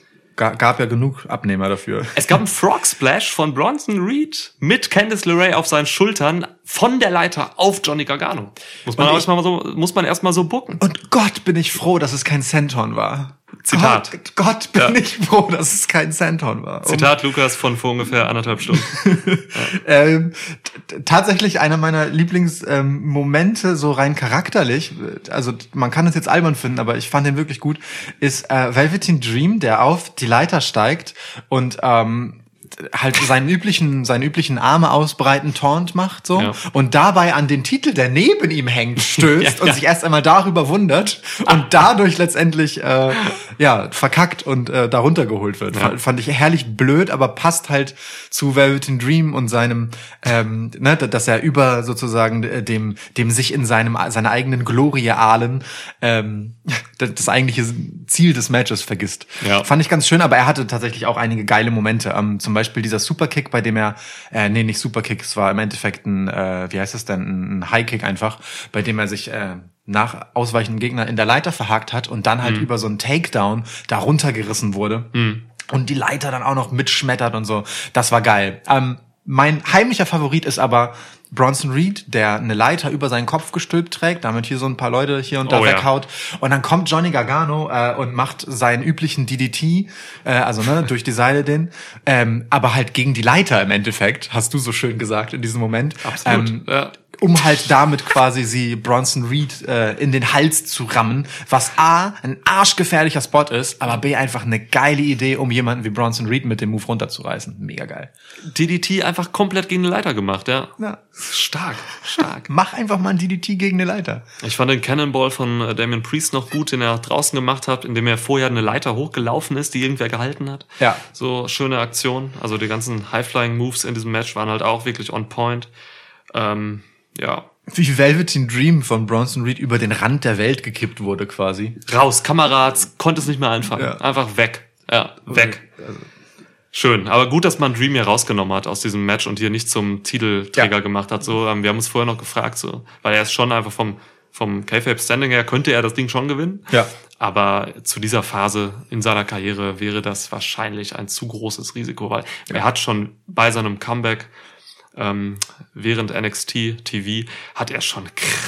Gab ja genug Abnehmer dafür. Es gab einen Frog Splash von Bronson Reed mit Candice LeRae auf seinen Schultern von der Leiter auf Johnny Gargano. Muss man erstmal so, muss man erstmal so booken. Und Gott, bin ich froh, dass es kein Senton war. Zitat. Gott, Gott bin ja. ich froh, dass es kein Senton war. Zitat um, Lukas von vor ungefähr anderthalb Stunden. ja. ähm, t- tatsächlich einer meiner Lieblingsmomente, ähm, so rein charakterlich, also man kann es jetzt albern finden, aber ich fand den wirklich gut, ist äh, Velveteen Dream, der auf die Leiter steigt und ähm, halt seinen üblichen, seinen üblichen Arme ausbreiten Taunt macht, so. Ja. Und dabei an den Titel, der neben ihm hängt, stößt ja, und ja. sich erst einmal darüber wundert und dadurch letztendlich, äh, ja, verkackt und äh, darunter geholt wird. Ja. Fand ich herrlich blöd, aber passt halt zu Velveteen Dream und seinem, ähm, ne, dass er über sozusagen dem, dem sich in seinem, seiner eigenen Glorie ahlen, ähm, das eigentliche Ziel des Matches vergisst. Ja. Fand ich ganz schön, aber er hatte tatsächlich auch einige geile Momente. Ähm, zum Beispiel dieser Superkick, bei dem er, äh, nee, nicht Superkick, es war im Endeffekt ein, äh, wie heißt es denn, ein Highkick einfach, bei dem er sich äh, nach ausweichenden Gegner in der Leiter verhakt hat und dann halt mhm. über so einen Takedown da runtergerissen wurde mhm. und die Leiter dann auch noch mitschmettert und so. Das war geil. Ähm, mein heimlicher Favorit ist aber Bronson Reed, der eine Leiter über seinen Kopf gestülpt trägt, damit hier so ein paar Leute hier und da oh, weghaut. Ja. Und dann kommt Johnny Gargano äh, und macht seinen üblichen D D T, äh, also ne durch die Seile den, ähm, aber halt gegen die Leiter im Endeffekt, hast du so schön gesagt in diesem Moment. Absolut, ähm, ja. Um halt damit quasi sie Bronson Reed äh, in den Hals zu rammen, was A, ein arschgefährlicher Spot ist, aber B, einfach eine geile Idee, um jemanden wie Bronson Reed mit dem Move runterzureißen. Mega geil. D D T einfach komplett gegen eine Leiter gemacht, ja. ja. Stark, stark. Mach einfach mal ein D D T gegen eine Leiter. Ich fand den Cannonball von äh, Damian Priest noch gut, den er draußen gemacht hat, indem er vorher eine Leiter hochgelaufen ist, die irgendwer gehalten hat. Ja. So schöne Aktion. Also die ganzen High-Flying-Moves in diesem Match waren halt auch wirklich on point. Ähm, Ja. Wie Velveteen Dream von Bronson Reed über den Rand der Welt gekippt wurde quasi. Raus, Kameras, konnte es nicht mehr einfangen. Ja. Einfach weg. Ja, weg. Also. Schön. Aber gut, dass man Dream hier rausgenommen hat aus diesem Match und hier nicht zum Titelträger ja. gemacht hat. So, ähm, wir haben uns vorher noch gefragt, so, weil er ist schon einfach vom vom Kayfabe Standing her könnte er das Ding schon gewinnen. Ja. Aber zu dieser Phase in seiner Karriere wäre das wahrscheinlich ein zu großes Risiko, weil ja. er hat schon bei seinem Comeback Ähm, während N X T T V hat er schon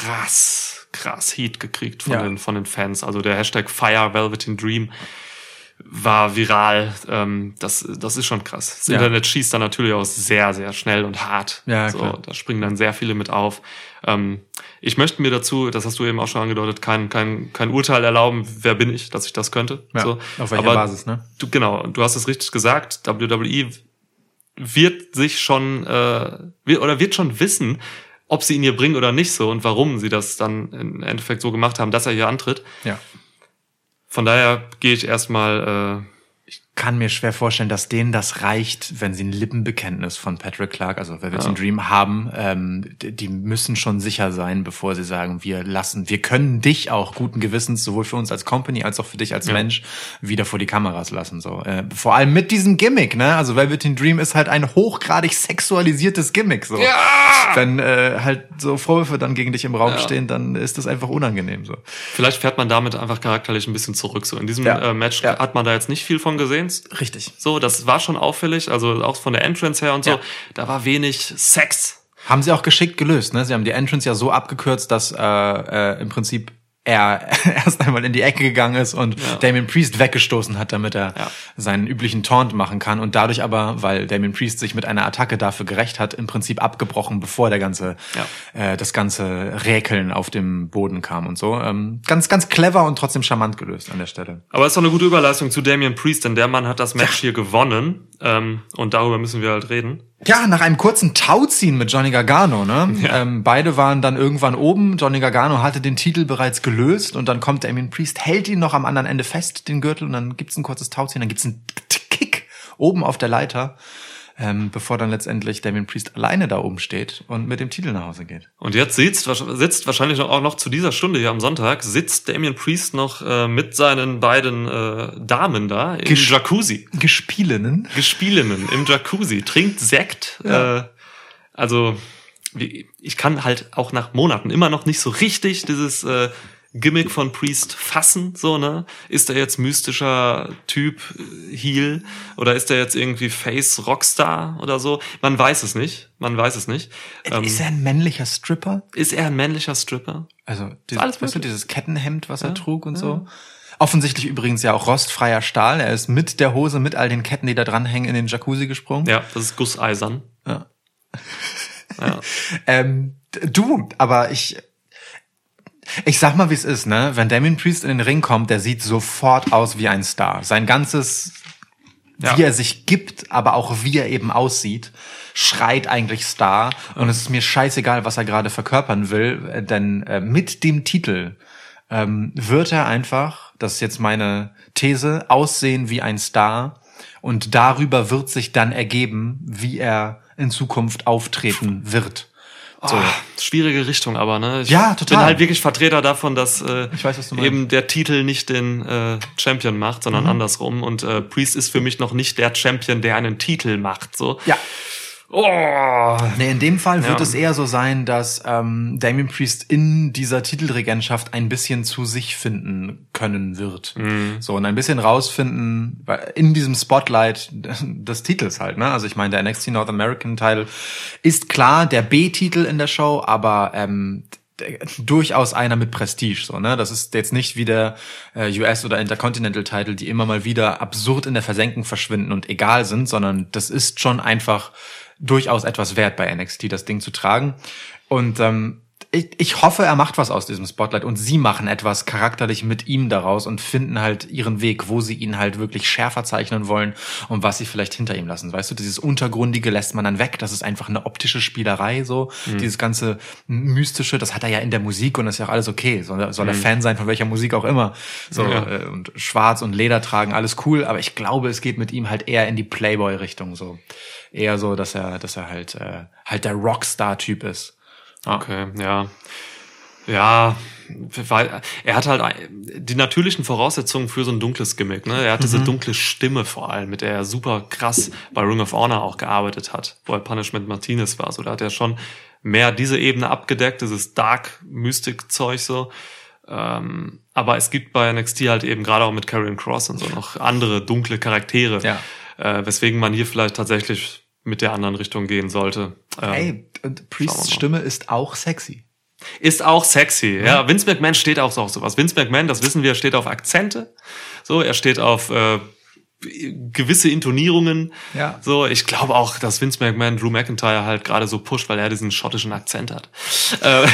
krass, krass Heat gekriegt von, ja. den, von den Fans. Also der Hashtag Fire Velveteen Dream war viral. Ähm, das, das ist schon krass. Das ja. Internet schießt dann natürlich auch sehr, sehr schnell und hart. Ja, so, klar. Da springen dann sehr viele mit auf. Ähm, ich möchte mir dazu, das hast du eben auch schon angedeutet, kein, kein, kein Urteil erlauben, wer bin ich, dass ich das könnte. Ja, so. Auf welcher Aber Basis, ne? Du, genau, du hast es richtig gesagt, W W E wird sich schon äh, wird, oder wird schon wissen, ob sie ihn hier bringen oder nicht so und warum sie das dann im Endeffekt so gemacht haben, dass er hier antritt. Ja. Von daher gehe ich erstmal äh, ich kann mir schwer vorstellen, dass denen das reicht, wenn sie ein Lippenbekenntnis von Patrick Clark, also Velveteen ja. Dream, haben. Ähm, die müssen schon sicher sein, bevor sie sagen, wir lassen, wir können dich auch guten Gewissens, sowohl für uns als Company als auch für dich als ja. Mensch, wieder vor die Kameras lassen. So, äh, vor allem mit diesem Gimmick, ne? Also Velveteen Dream ist halt ein hochgradig sexualisiertes Gimmick. So, ja! wenn äh, halt so Vorwürfe dann gegen dich im Raum ja. stehen, dann ist das einfach unangenehm. So, vielleicht fährt man damit einfach charakterlich ein bisschen zurück. So in diesem ja. äh, Match ja. hat man da jetzt nicht viel von gesehen. Richtig. So, das war schon auffällig, also auch von der Entrance her und so. Ja. Da war wenig Sex. Haben sie auch geschickt gelöst, ne? Sie haben die Entrance ja so abgekürzt, dass äh, äh, im Prinzip er erst einmal in die Ecke gegangen ist und ja. Damian Priest weggestoßen hat, damit er ja. seinen üblichen Taunt machen kann und dadurch aber, weil Damian Priest sich mit einer Attacke dafür gerecht hat, im Prinzip abgebrochen, bevor der ganze ja. äh, das ganze Räkeln auf dem Boden kam und so. Ähm, ganz, ganz clever und trotzdem charmant gelöst an der Stelle. Aber es ist doch eine gute Überleistung zu Damian Priest, denn der Mann hat das Match ja. hier gewonnen Ähm, und darüber müssen wir halt reden. Ja, nach einem kurzen Tauziehen mit Johnny Gargano, ne? Ja. Ähm, beide waren dann irgendwann oben. Johnny Gargano hatte den Titel bereits gelöst und dann kommt Damien Priest, hält ihn noch am anderen Ende fest, den Gürtel, und dann gibt's ein kurzes Tauziehen, dann gibt's einen Kick oben auf der Leiter, ähm, bevor dann letztendlich Damien Priest alleine da oben steht und mit dem Titel nach Hause geht. Und jetzt sitzt, sitzt wahrscheinlich auch noch zu dieser Stunde hier am Sonntag, sitzt Damien Priest noch äh, mit seinen beiden äh, Damen da im Gesch- Jacuzzi. Gespielinnen. Gespielinnen im Jacuzzi, trinkt Sekt. Ja. Äh, also wie- ich kann halt auch nach Monaten immer noch nicht so richtig dieses äh, Gimmick von Priest fassen, so, ne? Ist er jetzt mystischer Typ, äh, Heel, oder ist er jetzt irgendwie Face Rockstar oder so? Man weiß es nicht, man weiß es nicht. Ähm, Ist er ein männlicher Stripper? ist er ein männlicher Stripper? Also dieses, alles weißt du, möglich. dieses Kettenhemd, was er Ja, trug und ja. so. Offensichtlich übrigens ja auch rostfreier Stahl. Er ist mit der Hose, mit all den Ketten, die da dranhängen, in den Jacuzzi gesprungen. Ja, das ist Gusseisern. Ja. Ja. Ähm, du, aber ich, ich sag mal, wie es ist, ne? Wenn Damien Priest in den Ring kommt, der sieht sofort aus wie ein Star. Sein ganzes, Ja. wie er sich gibt, aber auch wie er eben aussieht, schreit eigentlich Star. Und es ist mir scheißegal, was er gerade verkörpern will, äh, denn äh, mit dem Titel ähm, wird er einfach, das ist jetzt meine These, aussehen wie ein Star. Und darüber wird sich dann ergeben, wie er in Zukunft auftreten wird. So. Oh, schwierige Richtung aber, ne? Ich Ja, total. bin halt wirklich Vertreter davon, dass äh, Ich weiß, was du meinst. eben der Titel nicht den äh, Champion macht, sondern Mhm. andersrum. Und äh, Priest ist für mich noch nicht der Champion, der einen Titel macht. So. Ja. Oh. Nee, in dem Fall wird Ja. es eher so sein, dass ähm, Damien Priest in dieser Titelregentschaft ein bisschen zu sich finden können wird. Mhm. So, und ein bisschen rausfinden, weil in diesem Spotlight des Titels halt, ne? Also ich meine, der N X T North American Title ist klar der B-Titel in der Show, aber ähm, d- durchaus einer mit Prestige, so, ne? Das ist jetzt nicht wie der äh, U S oder Intercontinental Title, die immer mal wieder absurd in der Versenkung verschwinden und egal sind, sondern das ist schon einfach durchaus etwas wert bei N X T, das Ding zu tragen. Und ähm, ich, ich hoffe, er macht was aus diesem Spotlight und sie machen etwas charakterlich mit ihm daraus und finden halt ihren Weg, wo sie ihn halt wirklich schärfer zeichnen wollen und was sie vielleicht hinter ihm lassen. Weißt du, dieses Untergrundige lässt man dann weg. Das ist einfach eine optische Spielerei, so. Mhm. Dieses ganze Mystische, das hat er ja in der Musik und das ist ja auch alles okay. Soll, soll er Mhm. Fan sein von welcher Musik auch immer. So, Ja. äh, und schwarz und Leder tragen, alles cool. Aber ich glaube, es geht mit ihm halt eher in die Playboy-Richtung, so. Eher so, dass er, dass er halt, äh, halt der Rockstar-Typ ist. Ja. Okay, ja. Ja, weil er hat halt die natürlichen Voraussetzungen für so ein dunkles Gimmick, ne? Er hat diese dunkle Stimme vor allem, mit der er super krass bei Ring of Honor auch gearbeitet hat, wo er Punishment Martinez war. So, da hat er schon mehr diese Ebene abgedeckt, dieses Dark-Mystic-Zeug so. Ähm, aber es gibt bei N X T halt eben gerade auch mit Karrion Kross und so noch andere dunkle Charaktere, Ja. äh, weswegen man hier vielleicht tatsächlich mit der anderen Richtung gehen sollte. Ähm, Ey, und Priests schauen wir mal. Stimme ist auch sexy. Ist auch sexy, ja. Vince McMahon steht auch so auf sowas. Vince McMahon, das wissen wir, steht auf Akzente. So, er steht auf äh, gewisse Intonierungen. Ja. So, ich glaube auch, dass Vince McMahon Drew McIntyre halt gerade so pusht, weil er diesen schottischen Akzent hat. äh,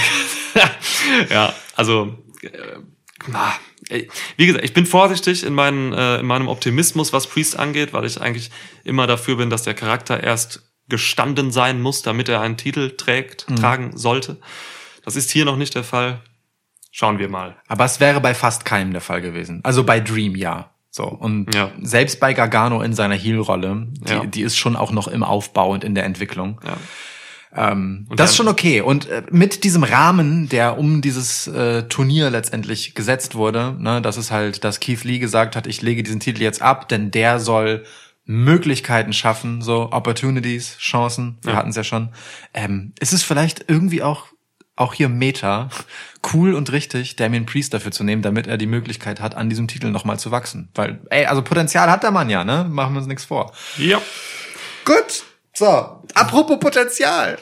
ja, also äh, na, ey, wie gesagt, ich bin vorsichtig in, meinen, äh, in meinem Optimismus, was Priest angeht, weil ich eigentlich immer dafür bin, dass der Charakter erst gestanden sein muss, damit er einen Titel trägt, Mhm. tragen sollte. Das ist hier noch nicht der Fall. Schauen wir mal. Aber es wäre bei fast keinem der Fall gewesen. Also bei Dream ja. So. Und Ja. selbst bei Gargano in seiner Heel-Rolle, die, Ja. die ist schon auch noch im Aufbau und in der Entwicklung. Ja. Ähm, Und das ist dann- schon okay. Und äh, mit diesem Rahmen, der um dieses äh, Turnier letztendlich gesetzt wurde, ne, das ist halt, dass Keith Lee gesagt hat, ich lege diesen Titel jetzt ab, denn der soll Möglichkeiten schaffen, so Opportunities, Chancen, wir Ja. hatten es ja schon. Ähm, ist es vielleicht irgendwie auch auch hier Meta, cool und richtig, Damien Priest dafür zu nehmen, damit er die Möglichkeit hat, an diesem Titel nochmal zu wachsen. Weil, ey, also Potenzial hat der Mann ja, ne? Machen wir uns nichts vor. Ja. Gut, so, apropos Potenzial.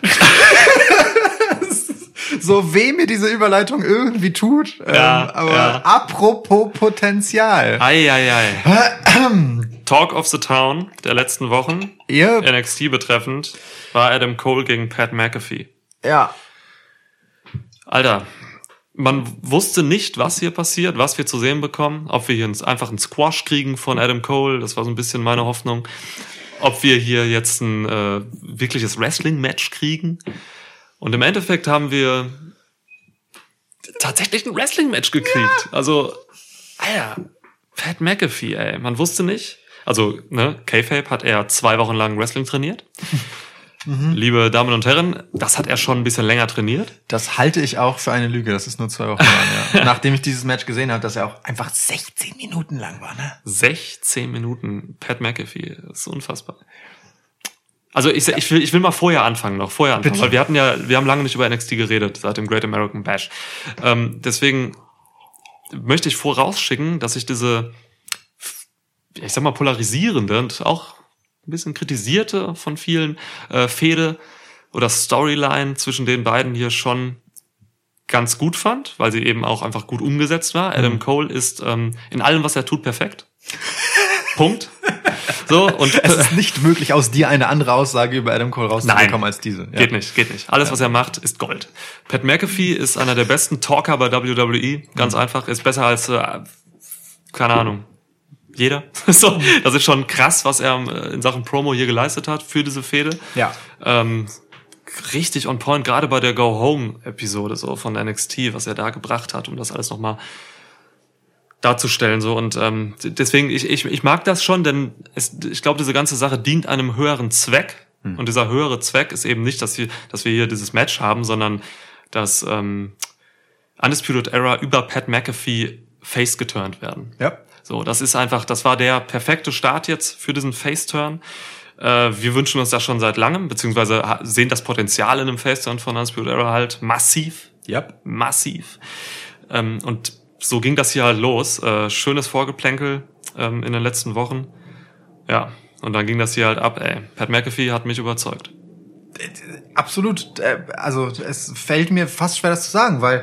So weh mir diese Überleitung irgendwie tut, Ja, ähm, aber ja. apropos Potenzial. Ei, ei, ei. Talk of the Town der letzten Wochen, Yep. N X T betreffend, war Adam Cole gegen Pat McAfee. Ja, Alter, man wusste nicht, was hier passiert, was wir zu sehen bekommen, ob wir hier einfach einen Squash kriegen von Adam Cole, das war so ein bisschen meine Hoffnung. ob wir hier jetzt ein äh, wirkliches Wrestling-Match kriegen. Und im Endeffekt haben wir tatsächlich ein Wrestling-Match gekriegt. Ja. Also, Alter, Pat McAfee, ey. Man wusste nicht. Also, ne, Kayfabe hat er zwei Wochen lang Wrestling trainiert. Mhm. Liebe Damen und Herren, das hat er schon ein bisschen länger trainiert. Das halte ich auch für eine Lüge, das ist nur zwei Wochen lang, ja. Nachdem ich dieses Match gesehen habe, dass er auch einfach sechzehn Minuten lang war, ne? sechzehn Minuten, Pat McAfee, das ist unfassbar. Also ich, ich will, ich will mal vorher anfangen noch, vorher anfangen, Bitte? Weil wir hatten ja, wir haben lange nicht über N X T geredet, seit dem Great American Bash. Ähm, deswegen möchte ich vorausschicken, dass ich diese, ich sag mal, polarisierende und auch ein bisschen kritisierte von vielen äh, Fehde oder Storyline zwischen den beiden hier schon ganz gut fand, weil sie eben auch einfach gut umgesetzt war. Mhm. Adam Cole ist ähm, in allem, was er tut, perfekt. Punkt. So, und es ist nicht möglich, aus dir eine andere Aussage über Adam Cole rauszubekommen als diese. Ja. Geht nicht, geht nicht. Alles, ja. was er macht, ist Gold. Pat McAfee ist einer der besten Talker bei W W E. Ganz mhm. einfach. Ist besser als, äh, keine Ahnung, jeder. So, das ist schon krass, was er in Sachen Promo hier geleistet hat für diese Fehde. Ja. Ähm, richtig on point, gerade bei der Go-Home-Episode so von N X T, was er da gebracht hat, um das alles nochmal darzustellen. So. Und ähm, deswegen, ich, ich, ich mag das schon, denn es, ich glaube, diese ganze Sache dient einem höheren Zweck. Hm. Und dieser höhere Zweck ist eben nicht, dass wir, dass wir hier dieses Match haben, sondern dass ähm, Undisputed Era über Pat McAfee face geturnt werden. Ja. So, das ist einfach, das war der perfekte Start jetzt für diesen Face-Turn. Äh, wir wünschen uns das schon seit langem, beziehungsweise sehen das Potenzial in einem Face-Turn von Undisputed Era halt massiv. Yep. Massiv. Ähm, und so ging das hier halt los. Äh, schönes Vorgeplänkel ähm, in den letzten Wochen. Ja, und dann ging das hier halt ab, ey. Pat McAfee hat mich überzeugt. Absolut. Also es fällt mir fast schwer, das zu sagen, weil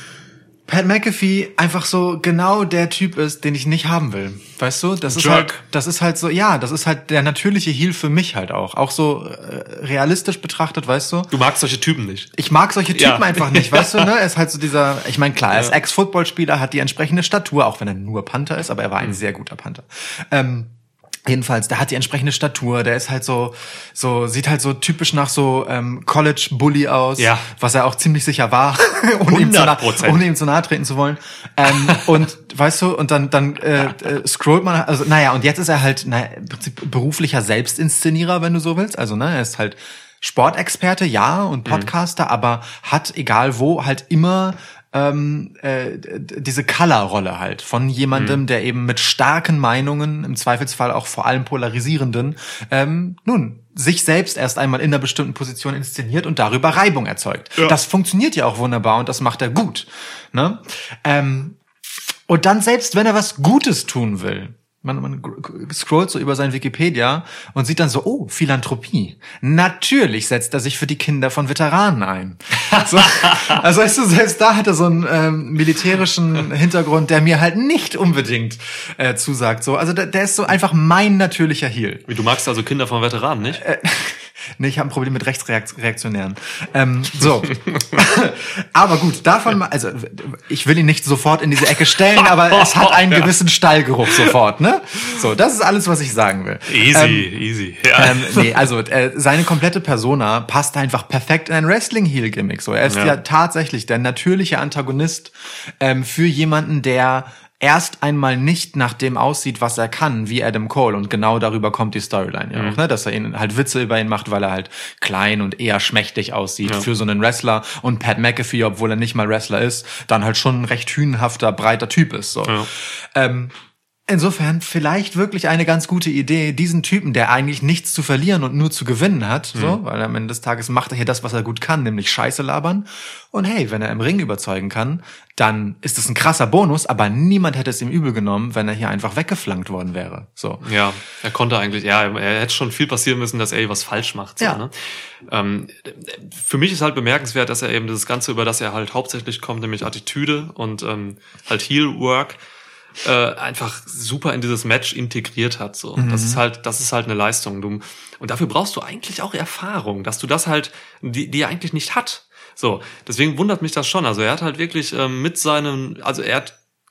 Pat McAfee einfach so genau der Typ ist, den ich nicht haben will. Weißt du? Das ist halt, das ist halt so, ja, das ist halt der natürliche Heel für mich halt auch. Auch so äh, realistisch betrachtet, weißt du? Du magst solche Typen nicht. Ich mag solche Typen ja. einfach nicht, weißt du, ne? Er ist halt so dieser, ich meine, klar, er ist ja. Ex-Footballspieler, hat die entsprechende Statur, auch wenn er nur Panther ist, aber er war ein mhm. sehr guter Panther. Ähm, Jedenfalls, der hat die entsprechende Statur, der ist halt so, so sieht halt so typisch nach so ähm, College-Bully aus, ja. was er auch ziemlich sicher war, ohne, ihm zu nah, ohne ihm zu nahe treten zu wollen. Ähm, und weißt du, und dann dann äh, äh, scrollt man, also naja, und jetzt ist er halt naja, im Prinzip beruflicher Selbstinszenierer, wenn du so willst. Also ne, er ist halt Sportexperte, ja, und Podcaster, mhm. aber hat, egal wo, halt immer Ähm, äh, diese Color-Rolle halt von jemandem, mhm. der eben mit starken Meinungen, im Zweifelsfall auch vor allem polarisierenden, ähm, nun, sich selbst erst einmal in einer bestimmten Position inszeniert und darüber Reibung erzeugt. Ja. Das funktioniert ja auch wunderbar und das macht er gut. Ne? Ähm, und dann selbst, wenn er was Gutes tun will, Man, man scrollt so über sein Wikipedia und sieht dann so, oh, Philanthropie. Natürlich setzt er sich für die Kinder von Veteranen ein. So, also weißt du, selbst da hat er so einen ähm, militärischen Hintergrund, der mir halt nicht unbedingt äh, zusagt. So, also der, der ist so einfach mein natürlicher Heel. Wie, du magst also Kinder von Veteranen, nicht? Äh, Nee, ich habe ein Problem mit Rechtsreaktionären. Ähm, so. Aber gut, davon mal, also ich will ihn nicht sofort in diese Ecke stellen, aber es hat einen gewissen Stallgeruch sofort, ne? So, das ist alles, was ich sagen will. Easy, ähm, easy. Ja. Ähm, nee, also äh, seine komplette Persona passt einfach perfekt in ein Wrestling-Heel-Gimmick. So, er ist ja. ja tatsächlich der natürliche Antagonist ähm, für jemanden, der erst einmal nicht nach dem aussieht, was er kann, wie Adam Cole. Und genau darüber kommt die Storyline ja mhm. auch, ne? Dass er ihn halt Witze über ihn macht, weil er halt klein und eher schmächtig aussieht ja. für so einen Wrestler. Und Pat McAfee, obwohl er nicht mal Wrestler ist, dann halt schon ein recht hünenhafter, breiter Typ ist. So. Ja. Ähm, Insofern vielleicht wirklich eine ganz gute Idee, diesen Typen, der eigentlich nichts zu verlieren und nur zu gewinnen hat, mhm. so, weil am Ende des Tages macht er hier das, was er gut kann, nämlich Scheiße labern. Und hey, wenn er im Ring überzeugen kann, dann ist das ein krasser Bonus, aber niemand hätte es ihm übel genommen, wenn er hier einfach weggeflankt worden wäre. So. Ja, er konnte eigentlich, ja, er hätte schon viel passieren müssen, dass er hier was falsch macht. So, ja. ne? ähm, für mich ist halt bemerkenswert, dass er eben das Ganze, über das er halt hauptsächlich kommt, nämlich Attitüde und ähm, halt Heel-Work, Äh, einfach super in dieses Match integriert hat. So, mhm. das ist halt, das ist halt eine Leistung. Du, und dafür brauchst du eigentlich auch Erfahrung, dass du das halt, die, die er eigentlich nicht hat. So, deswegen wundert mich das schon. Also er hat halt wirklich ähm, mit seinen, also er hat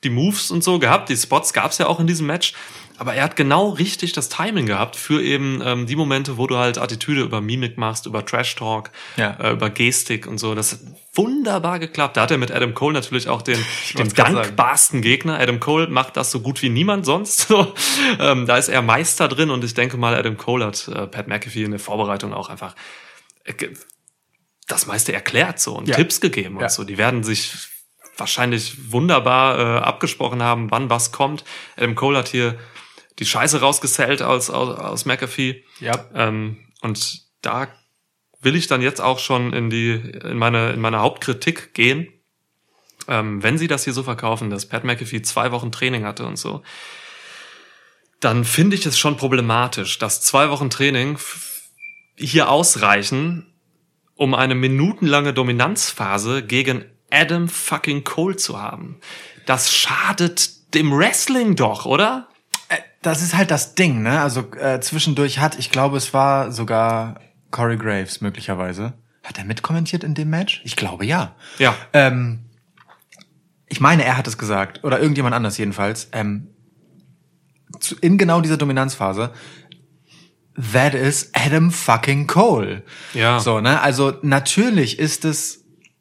die Moves und so gehabt, die Spots gab's ja auch in diesem Match, aber er hat genau richtig das Timing gehabt für eben ähm, die Momente, wo du halt Attitüde über Mimik machst, über Trash-Talk, Ja. äh, über Gestik und so. Das hat wunderbar geklappt. Da hat er mit Adam Cole natürlich auch den, den wollt's grad sagen. dankbarsten Gegner. Adam Cole macht das so gut wie niemand sonst. So, ähm, da ist er Meister drin und ich denke mal, Adam Cole hat äh, Pat McAfee in der Vorbereitung auch einfach äh, das meiste erklärt so und Ja. Tipps gegeben und Ja. so. Die werden sich wahrscheinlich wunderbar äh, abgesprochen haben, wann was kommt. Adam Cole hat hier die Scheiße rausgesellt aus, aus, aus McAfee. Ja. Ähm, und da will ich dann jetzt auch schon in die in meine in meine Hauptkritik gehen. Ähm, wenn sie das hier so verkaufen, dass Pat McAfee zwei Wochen Training hatte und so, dann finde ich es schon problematisch, dass zwei Wochen Training f- hier ausreichen, um eine minutenlange Dominanzphase gegen Adam fucking Cole zu haben. Das schadet dem Wrestling doch, oder? Das ist halt das Ding, ne? Also äh, zwischendurch hat, ich glaube, es war sogar Corey Graves möglicherweise. Hat er mitkommentiert in dem Match? Ich glaube, ja. Ja. Ähm, ich meine, er hat es gesagt. Oder irgendjemand anders jedenfalls. Ähm, zu, in genau dieser Dominanzphase. That is Adam fucking Cole. Ja. So, ne? Also natürlich ist es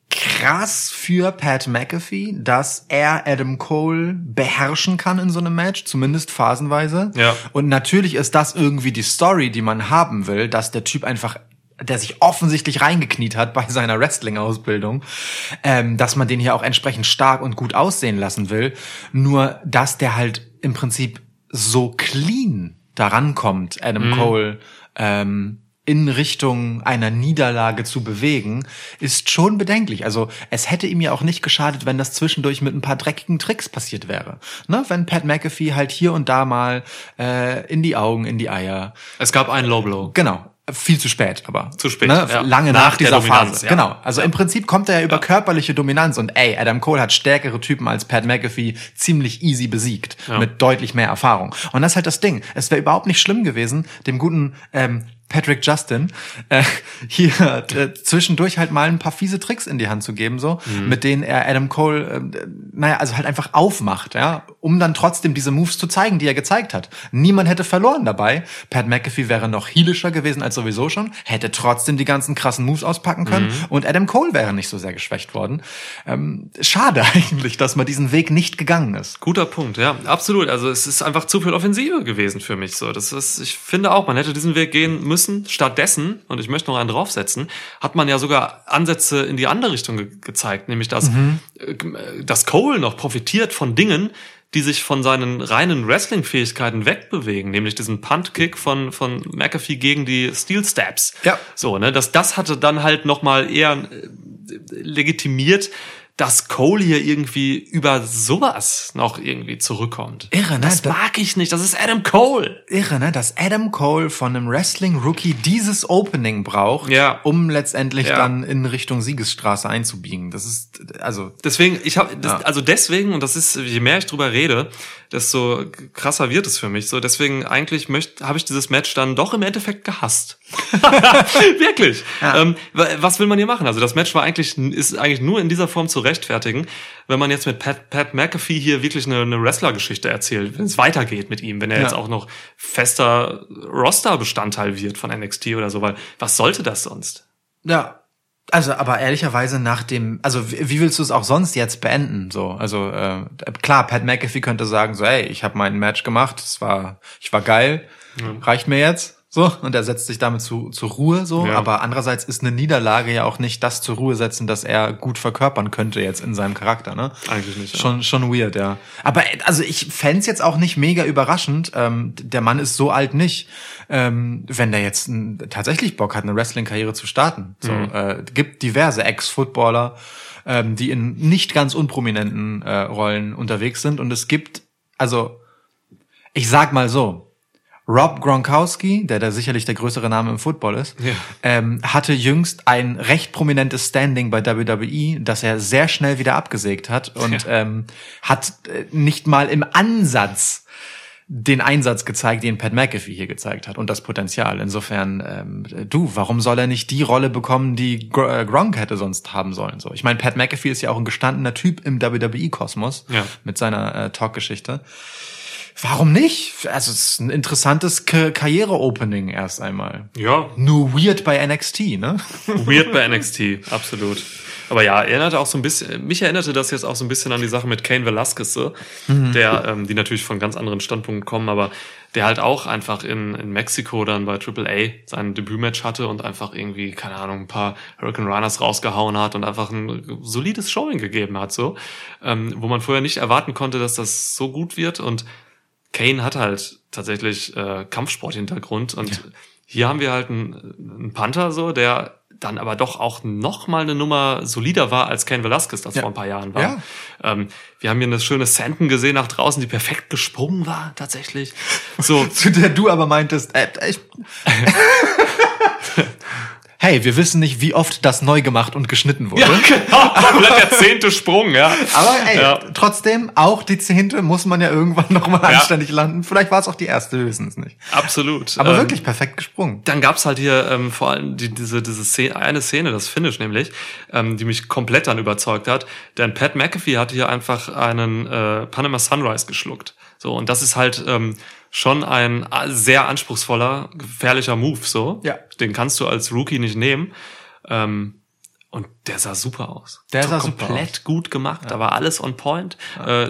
krass für Pat McAfee, dass er Adam Cole beherrschen kann in so einem Match, zumindest phasenweise. Ja. Und natürlich ist das irgendwie die Story, die man haben will, dass der Typ einfach, der sich offensichtlich reingekniet hat bei seiner Wrestling-Ausbildung, ähm, dass man den hier auch entsprechend stark und gut aussehen lassen will. Nur, dass der halt im Prinzip so clean daran kommt, Adam Mhm. Cole ähm, in Richtung einer Niederlage zu bewegen, ist schon bedenklich. Also es hätte ihm ja auch nicht geschadet, wenn das zwischendurch mit ein paar dreckigen Tricks passiert wäre. Ne? Wenn Pat McAfee halt hier und da mal äh, in die Augen, in die Eier. Es gab einen Low Blow. Genau. Viel zu spät, aber. Zu spät, Ne? ja. Lange nach, Nach der dieser Dominanz, Phase. ja. Genau. Also Ja. im Prinzip kommt er ja über körperliche Dominanz und ey, Adam Cole hat stärkere Typen als Pat McAfee ziemlich easy besiegt. Ja. Mit deutlich mehr Erfahrung. Und das ist halt das Ding. Es wäre überhaupt nicht schlimm gewesen, dem guten ähm, Patrick Justin äh, hier äh, zwischendurch halt mal ein paar fiese Tricks in die Hand zu geben, so, Mhm. mit denen er Adam Cole, äh, naja, also halt einfach aufmacht, ja, um dann trotzdem diese Moves zu zeigen, die er gezeigt hat. Niemand hätte verloren dabei. Pat McAfee wäre noch heelischer gewesen als sowieso schon, hätte trotzdem die ganzen krassen Moves auspacken können Mhm. und Adam Cole wäre nicht so sehr geschwächt worden. Ähm, schade eigentlich, dass man diesen Weg nicht gegangen ist. Guter Punkt, ja, absolut. Also es ist einfach zu viel Offensive gewesen für mich. So, das ist, ich finde auch, man hätte diesen Weg gehen müssen. Stattdessen, und ich möchte noch einen draufsetzen, hat man ja sogar Ansätze in die andere Richtung ge- gezeigt, nämlich dass, äh, dass Cole noch profitiert von Dingen, die sich von seinen reinen Wrestling-Fähigkeiten wegbewegen, nämlich diesen Punt-Kick von, von McAfee gegen die Steel Stabs. Ja. So, ne, das, das hatte dann halt nochmal eher äh, legitimiert, dass Cole hier irgendwie über sowas noch irgendwie zurückkommt. Irre, ne? Das Da- mag ich nicht. Das ist Adam Cole. Irre, ne? Dass Adam Cole von einem Wrestling-Rookie dieses Opening braucht, Ja. um letztendlich Ja. dann in Richtung Siegesstraße einzubiegen. Das ist, also, Deswegen, ich habe, Ja. also deswegen, und das ist, je mehr ich drüber rede, desto krasser wird es für mich. So, deswegen eigentlich möchte, habe ich dieses Match dann doch im Endeffekt gehasst. Wirklich. Ja. Ähm, wa- was will man hier machen? Also das Match war eigentlich, ist eigentlich nur in dieser Form zu rechtfertigen, wenn man jetzt mit Pat, Pat McAfee hier wirklich eine, eine Wrestler-Geschichte erzählt, wenn es weitergeht mit ihm, wenn er Ja. jetzt auch noch fester Roster-Bestandteil wird von N X T oder so, weil was sollte das sonst? ja. Also, aber ehrlicherweise nach dem, also wie, wie willst du es auch sonst jetzt beenden? So, also äh, klar, Pat McAfee könnte sagen, so, ey, ich habe mein Match gemacht, es war, ich war geil, reicht mir jetzt. So, und er setzt sich damit zu, zur Ruhe, so. Ja. Aber andererseits ist eine Niederlage ja auch nicht das zur Ruhe setzen, das er gut verkörpern könnte jetzt in seinem Charakter, ne? Eigentlich nicht. Ja. Schon, schon weird, ja. Aber also ich fänd's jetzt auch nicht mega überraschend. Ähm, der Mann ist so alt nicht, ähm, wenn der jetzt n, tatsächlich Bock hat, eine Wrestling-Karriere zu starten. So, Mhm. äh, gibt diverse Ex-Footballer, ähm, die in nicht ganz unprominenten äh, Rollen unterwegs sind. Und es gibt, also ich sag mal so, Rob Gronkowski, der da sicherlich der größere Name im Football ist, Ja. ähm, hatte jüngst ein recht prominentes Standing bei W W E, das er sehr schnell wieder abgesägt hat und Ja. ähm, hat äh, nicht mal im Ansatz den Einsatz gezeigt, den Pat McAfee hier gezeigt hat und das Potenzial. Insofern, ähm, du, warum soll er nicht die Rolle bekommen, die Gr- äh, Gronk hätte sonst haben sollen? So, ich meine, Pat McAfee ist ja auch ein gestandener Typ im W W E-Kosmos Ja. mit seiner äh, Talk-Geschichte. Warum nicht? Also es ist ein interessantes K- Karriere-Opening erst einmal. Ja, Nur weird bei N X T, ne? weird bei N X T, absolut. Aber ja, erinnerte auch so ein bisschen, mich erinnerte das jetzt auch so ein bisschen an die Sache mit Cain Velasquez, so, mhm. der, ähm, die natürlich von ganz anderen Standpunkten kommen, aber der halt auch einfach in, in Mexiko dann bei Triple A sein Debütmatch hatte und einfach irgendwie, keine Ahnung, ein paar Hurricane Runners rausgehauen hat und einfach ein solides Showing gegeben hat, so, ähm, wo man vorher nicht erwarten konnte, dass das so gut wird. Und Cain hat halt tatsächlich äh, Kampfsport-Hintergrund und ja. hier haben wir halt einen, einen Panther, so, der dann aber doch auch noch mal eine Nummer solider war, als Cain Velasquez das ja. vor ein paar Jahren war. Ja. Ähm, wir haben hier eine schöne Santon gesehen nach draußen, die perfekt gesprungen war, tatsächlich. So. Zu der du aber meintest, äh, ich hey, wir wissen nicht, wie oft das neu gemacht und geschnitten wurde. Ja, genau. Vielleicht der zehnte Sprung, ja. Aber ey, ja. trotzdem, auch die zehnte muss man ja irgendwann nochmal ja. anständig landen. Vielleicht war es auch die erste, wir wissen es nicht. Absolut. Aber ähm, wirklich perfekt gesprungen. Dann gab's halt hier ähm, vor allem die, diese, diese Szene, eine Szene, das Finish nämlich, ähm, die mich komplett dann überzeugt hat. Denn Pat McAfee hat hier einfach einen äh, Panama Sunrise geschluckt. So, und das ist halt ähm, schon ein sehr anspruchsvoller, gefährlicher Move, so. Ja. Den kannst du als Rookie nicht nehmen. Ähm, und der sah super aus. Der sah komplett super aus. gut gemacht. Ja. Da war alles on point. Ja. Äh,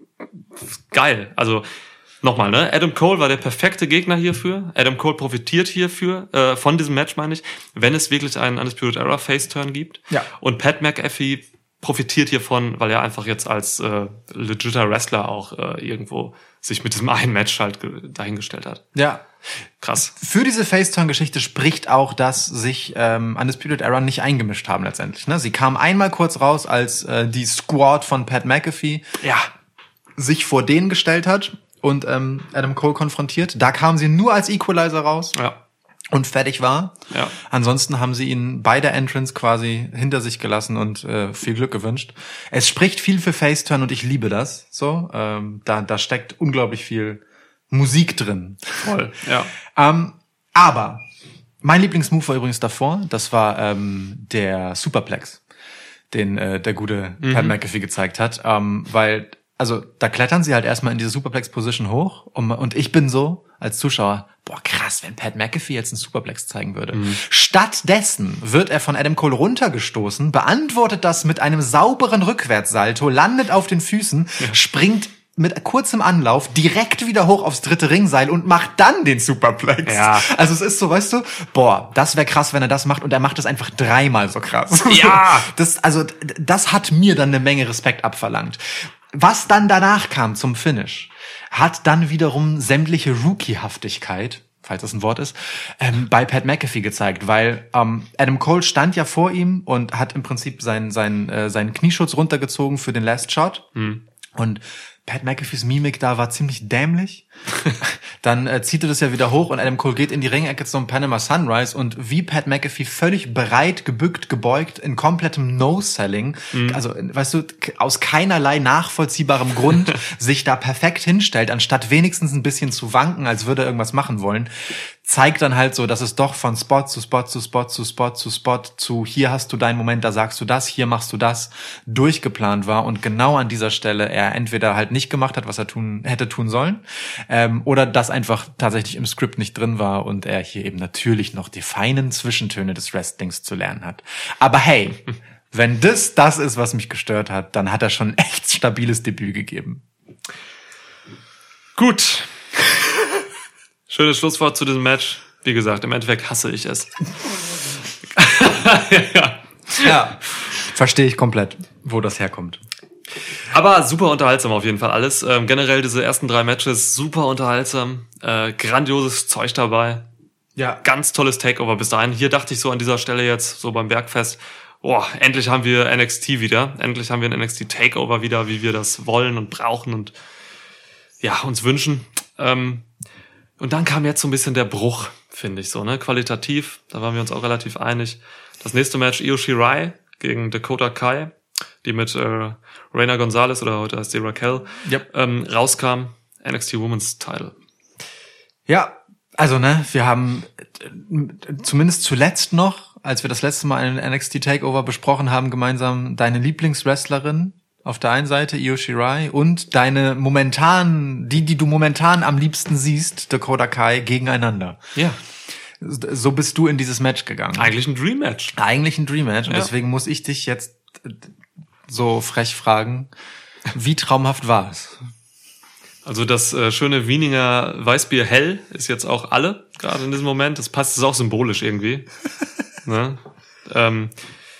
geil. Also, nochmal, ne? Adam Cole war der perfekte Gegner hierfür. Adam Cole profitiert hierfür, äh, von diesem Match, meine ich, wenn es wirklich einen Undisputed Era Face-Turn gibt. Ja. Und Pat McAfee profitiert hiervon, weil er einfach jetzt als äh, legitter Wrestler auch äh, irgendwo sich mit diesem einen Match halt ge- dahingestellt hat. Ja. Krass. Für diese Faceturn-Geschichte spricht auch, dass sich ähm, Undisputed Era nicht eingemischt haben letztendlich. Ne? Sie kamen einmal kurz raus, als äh, die Squad von Pat McAfee Ja. sich vor denen gestellt hat und ähm, Adam Cole konfrontiert. Da kamen sie nur als Equalizer raus. Ja. Und fertig war. Ja. Ansonsten haben sie ihn bei der Entrance quasi hinter sich gelassen und äh, viel Glück gewünscht. Es spricht viel für Faceturn und ich liebe das. So, ähm, da da steckt unglaublich viel Musik drin. Voll. Ja. Ähm, aber mein Lieblingsmove war übrigens davor. Das war ähm, der Superplex, den äh, der gute Mhm. Pat McAfee gezeigt hat, ähm, weil also da klettern sie halt erstmal in diese Superplex-Position hoch und, und ich bin so als Zuschauer, boah krass, wenn Pat McAfee jetzt einen Superplex zeigen würde. Mhm. Stattdessen wird er von Adam Cole runtergestoßen, beantwortet das mit einem sauberen Rückwärtssalto, landet auf den Füßen, ja. springt mit kurzem Anlauf direkt wieder hoch aufs dritte Ringseil und macht dann den Superplex. Ja. Also es ist so, weißt du, boah, das wäre krass, wenn er das macht und er macht es einfach dreimal so krass. Ja. Das, also, das hat mir dann eine Menge Respekt abverlangt. Was dann danach kam zum Finish, hat dann wiederum sämtliche Rookie-Haftigkeit, falls das ein Wort ist, ähm, bei Pat McAfee gezeigt, weil ähm, Adam Cole stand ja vor ihm und hat im Prinzip seinen seinen äh, seinen Knieschutz runtergezogen für den Last Shot. Hm. Und Pat McAfees Mimik da war ziemlich dämlich. Dann äh, zieht er das ja wieder hoch und Adam Cole geht in die Ringecke zum Panama Sunrise und wie Pat McAfee völlig bereit, gebückt, gebeugt, in komplettem No-Selling, mhm. also weißt du, aus keinerlei nachvollziehbarem Grund sich da perfekt hinstellt, anstatt wenigstens ein bisschen zu wanken, als würde er irgendwas machen wollen, zeigt dann halt so, dass es doch von Spot zu Spot zu Spot zu Spot zu Spot zu hier hast du deinen Moment, da sagst du das, hier machst du das, durchgeplant war und genau an dieser Stelle er entweder halt nicht gemacht hat, was er tun hätte tun sollen, ähm, oder das einfach tatsächlich im Skript nicht drin war und er hier eben natürlich noch die feinen Zwischentöne des Wrestlings zu lernen hat. Aber hey, wenn das das ist, was mich gestört hat, dann hat er schon ein echt stabiles Debüt gegeben. Gut. Schönes Schlusswort zu diesem Match. Wie gesagt, im Endeffekt hasse ich es. ja. ja. Verstehe ich komplett, wo das herkommt. Aber super unterhaltsam auf jeden Fall alles. Ähm, generell diese ersten drei Matches super unterhaltsam. Äh, grandioses Zeug dabei. Ja. Ganz tolles Takeover bis dahin. Hier dachte ich so an dieser Stelle jetzt, so beim Bergfest, boah, endlich haben wir N X T wieder. Endlich haben wir ein N X T Takeover wieder, wie wir das wollen und brauchen und ja, uns wünschen. Ähm, und dann kam jetzt so ein bisschen der Bruch, finde ich so, ne? Qualitativ, da waren wir uns auch relativ einig. Das nächste Match, Io Shirai gegen Dakota Kai, die mit äh, Reina Gonzalez, oder heute heißt sie Raquel, yep. ähm, rauskam. N X T Women's Title. Ja, also ne, wir haben äh, zumindest zuletzt noch, als wir das letzte Mal einen N X T Takeover besprochen haben, gemeinsam deine Lieblingswrestlerin auf der einen Seite, Io Shirai, und deine momentan, die, die du momentan am liebsten siehst, Dakota Kai, gegeneinander. Ja. So bist du in dieses Match gegangen. Eigentlich ein Dream Match. Eigentlich ein Dream Match. Und Ja. deswegen muss ich dich jetzt so frech fragen, wie traumhaft war es? Also das äh, schöne Wieninger Weißbier Hell ist jetzt auch alle, gerade in diesem Moment. Das passt, ist auch symbolisch irgendwie. ne? ähm,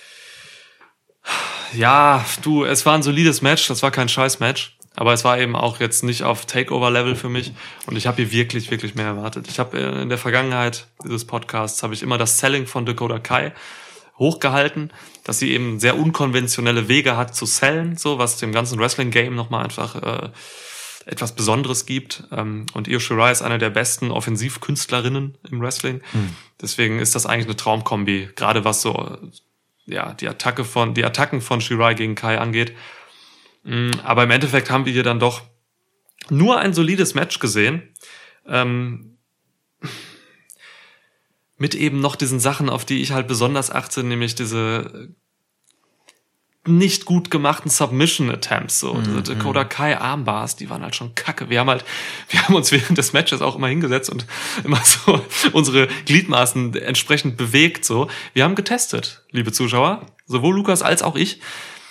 ja, du, es war ein solides Match, das war kein Scheiß-Match. Aber es war eben auch jetzt nicht auf Takeover-Level für mich. Und ich habe hier wirklich, wirklich mehr erwartet. Ich habe in der Vergangenheit dieses Podcasts habe ich immer das Selling von Dakota Kai hochgehalten, dass sie eben sehr unkonventionelle Wege hat zu sellen, so was dem ganzen Wrestling-Game nochmal einfach äh, etwas Besonderes gibt. Ähm, und Io Shirai ist eine der besten Offensivkünstlerinnen im Wrestling. Hm. Deswegen ist das eigentlich eine Traumkombi, gerade was so ja die Attacke von die Attacken von Shirai gegen Kai angeht. Aber im Endeffekt haben wir hier dann doch nur ein solides Match gesehen. Ähm, mit eben noch diesen Sachen, auf die ich halt besonders achte, nämlich diese nicht gut gemachten Submission-Attempts. So. Mhm. Diese Dakota Kai Armbars, die waren halt schon kacke. Wir haben halt, wir haben uns während des Matches auch immer hingesetzt und immer so unsere Gliedmaßen entsprechend bewegt. So. Wir haben getestet, liebe Zuschauer, sowohl Lukas als auch ich,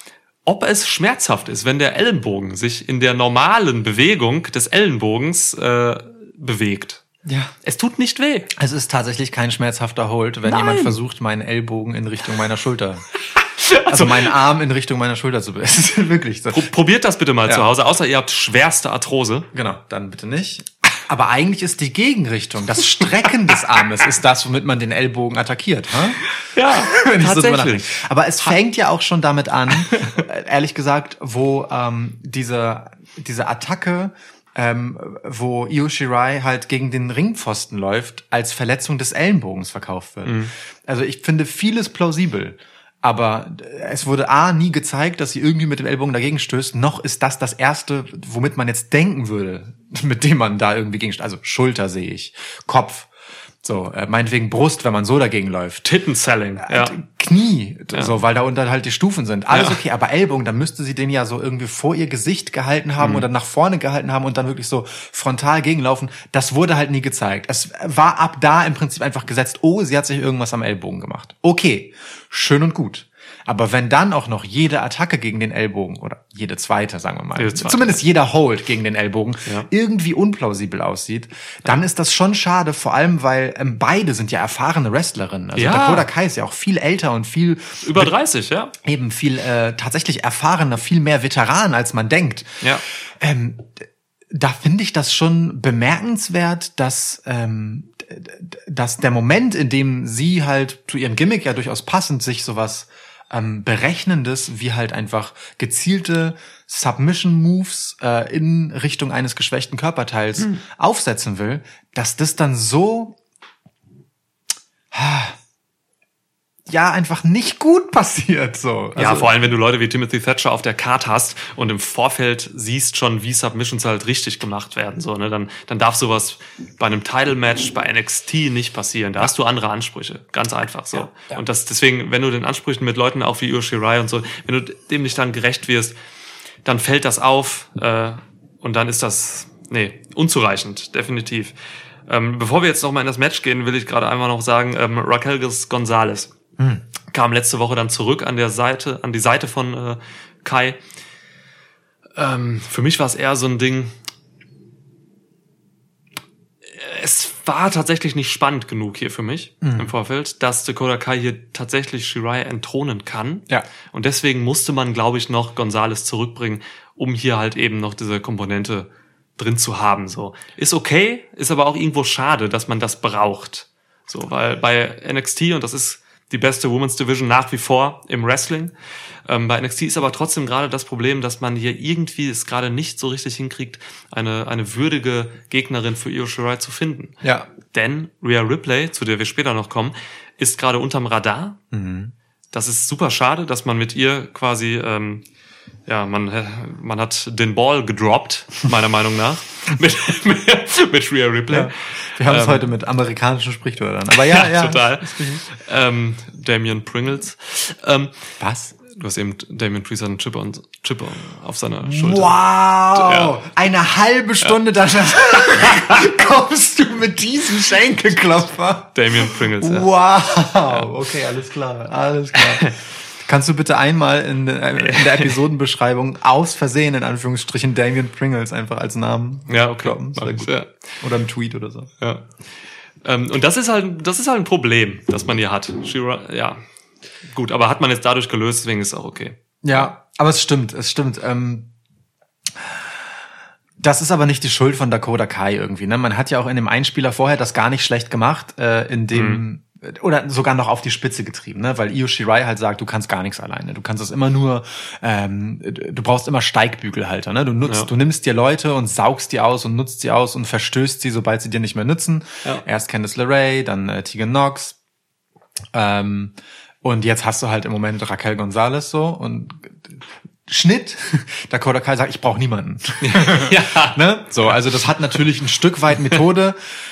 ob es schmerzhaft ist, wenn der Ellenbogen sich in der normalen Bewegung des Ellenbogens äh, bewegt. Ja. Es tut nicht weh. Es ist tatsächlich kein schmerzhafter Hold, wenn Nein. jemand versucht, meinen Ellbogen in Richtung meiner Schulter, also meinen Arm in Richtung meiner Schulter zu bewegen. Wirklich so. Pro- probiert das bitte mal Ja. zu Hause, außer ihr habt schwerste Arthrose. Genau, dann bitte nicht. Aber eigentlich ist die Gegenrichtung, das Strecken des Armes, ist das, womit man den Ellbogen attackiert. Hä? Ja, Wenn ich so drüber tatsächlich. nachdenke. Aber es fängt ja auch schon damit an, äh, ehrlich gesagt, wo ähm, diese diese Attacke, ähm, wo Io Shirai halt gegen den Ringpfosten läuft, als Verletzung des Ellenbogens verkauft wird. Mhm. Also ich finde vieles plausibel. Aber es wurde A, nie gezeigt, dass sie irgendwie mit dem Ellbogen dagegen stößt, noch ist das das Erste, womit man jetzt denken würde, mit dem man da irgendwie gegen stößt. Also Schulter sehe ich, Kopf, so, äh, meinetwegen Brust, wenn man so dagegen läuft. Tittenselling. Ja. Knie, Ja. so, weil da unter halt die Stufen sind. Alles Ja. okay, aber Ellbogen, dann müsste sie den ja so irgendwie vor ihr Gesicht gehalten haben Mhm. oder nach vorne gehalten haben und dann wirklich so frontal gegenlaufen. Das wurde halt nie gezeigt. Es war ab da im Prinzip einfach gesetzt, oh, sie hat sich irgendwas am Ellbogen gemacht. Okay, schön und gut. Aber wenn dann auch noch jede Attacke gegen den Ellbogen oder jede zweite, sagen wir mal, Jede zweite. zumindest jeder Hold gegen den Ellbogen Ja. irgendwie unplausibel aussieht, dann ist das schon schade, vor allem, weil ähm, beide sind ja erfahrene Wrestlerinnen. Also Ja. Dakota Kai ist ja auch viel älter und viel Über dreißig, ja. eben viel äh, tatsächlich erfahrener, viel mehr Veteran, als man denkt. Ja. Ähm, da finde ich das schon bemerkenswert, dass ähm, d- d- dass der Moment, in dem sie halt zu ihrem Gimmick ja durchaus passend sich sowas ähm, Berechnendes, wie halt einfach gezielte Submission-Moves äh, in Richtung eines geschwächten Körperteils Hm. aufsetzen will, dass das dann so ja einfach nicht gut passiert so. Ja, Also- vor allem, wenn du Leute wie Timothy Thatcher auf der Karte hast und im Vorfeld siehst schon, wie Submissions halt richtig gemacht werden, so, ne, dann, dann darf sowas bei einem Title-Match bei N X T nicht passieren. Da hast du andere Ansprüche. Ganz einfach, so. Ja, ja. Und das, deswegen, wenn du den Ansprüchen mit Leuten auch wie Io Shirai und so, wenn du dem nicht dann gerecht wirst, dann fällt das auf, äh, und dann ist das, nee, unzureichend, definitiv. Ähm, bevor wir jetzt noch mal in das Match gehen, will ich gerade einmal noch sagen, ähm, Raquel Gonzalez Hm. kam letzte Woche dann zurück an der Seite, an die Seite von äh, Kai. Ähm, für mich war es eher so ein Ding. Es war tatsächlich nicht spannend genug hier für mich Mhm. im Vorfeld, dass Dakota Kai hier tatsächlich Shirai entthronen kann. Ja. Und deswegen musste man, glaube ich, noch Gonzalez zurückbringen, um hier halt eben noch diese Komponente drin zu haben. So ist okay, ist aber auch irgendwo schade, dass man das braucht. So, weil bei N X T, und das ist die beste Women's Division nach wie vor im Wrestling. Ähm, bei N X T ist aber trotzdem gerade das Problem, dass man hier irgendwie es gerade nicht so richtig hinkriegt, eine eine würdige Gegnerin für Io Shirai zu finden. Ja. Denn Rhea Ripley, zu der wir später noch kommen, ist gerade unterm Radar. Mhm. Das ist super schade, dass man mit ihr quasi ähm, ja, man, man hat den Ball gedroppt, meiner Meinung nach, mit, mit, mit Rhea Ripley. Ja. Wir haben es ähm, heute mit amerikanischen Sprichwörtern. Aber ja, ja. Total. Ähm, Damian Pringles. Ähm, Was? Du hast eben Damian Priest einen Chipper und Chipper auf seiner Schulter. Wow! Ja. Eine halbe Stunde ja. danach kommst du mit diesem Schenkelklopfer. Damian Pringles, ja. Wow! Okay, alles klar, alles klar. Kannst du bitte einmal in, in der Episodenbeschreibung aus Versehen, in Anführungsstrichen, Damian Pringles einfach als Namen ja, okay. kloppen? Das gut. Ja. Oder im Tweet oder so. Ja. Ähm, und das ist halt, das ist halt ein Problem, das man hier hat. She-Ra, ja. Gut, aber hat man jetzt dadurch gelöst, deswegen ist es auch okay. Ja, aber es stimmt, es stimmt. Ähm, das ist aber nicht die Schuld von Dakota Kai irgendwie. Ne? Man hat ja auch in dem Einspieler vorher das gar nicht schlecht gemacht, äh, in dem mhm. oder sogar noch auf die Spitze getrieben, ne? Weil Io Shirai halt sagt, du kannst gar nichts alleine. Du kannst es immer nur, ähm, du brauchst immer Steigbügelhalter. Ne? Du nutzt, ja. du nimmst dir Leute und saugst die aus und nutzt sie aus und verstößt sie, sobald sie dir nicht mehr nützen. Ja. Erst Candice LeRae, dann äh, Tegan Nox. Ähm, Und jetzt hast du halt im Moment Raquel Gonzalez so und Schnitt. Dakota Kai sagt, ich brauche niemanden. Ja. Ne? So, also das hat natürlich ein Stück weit Methode.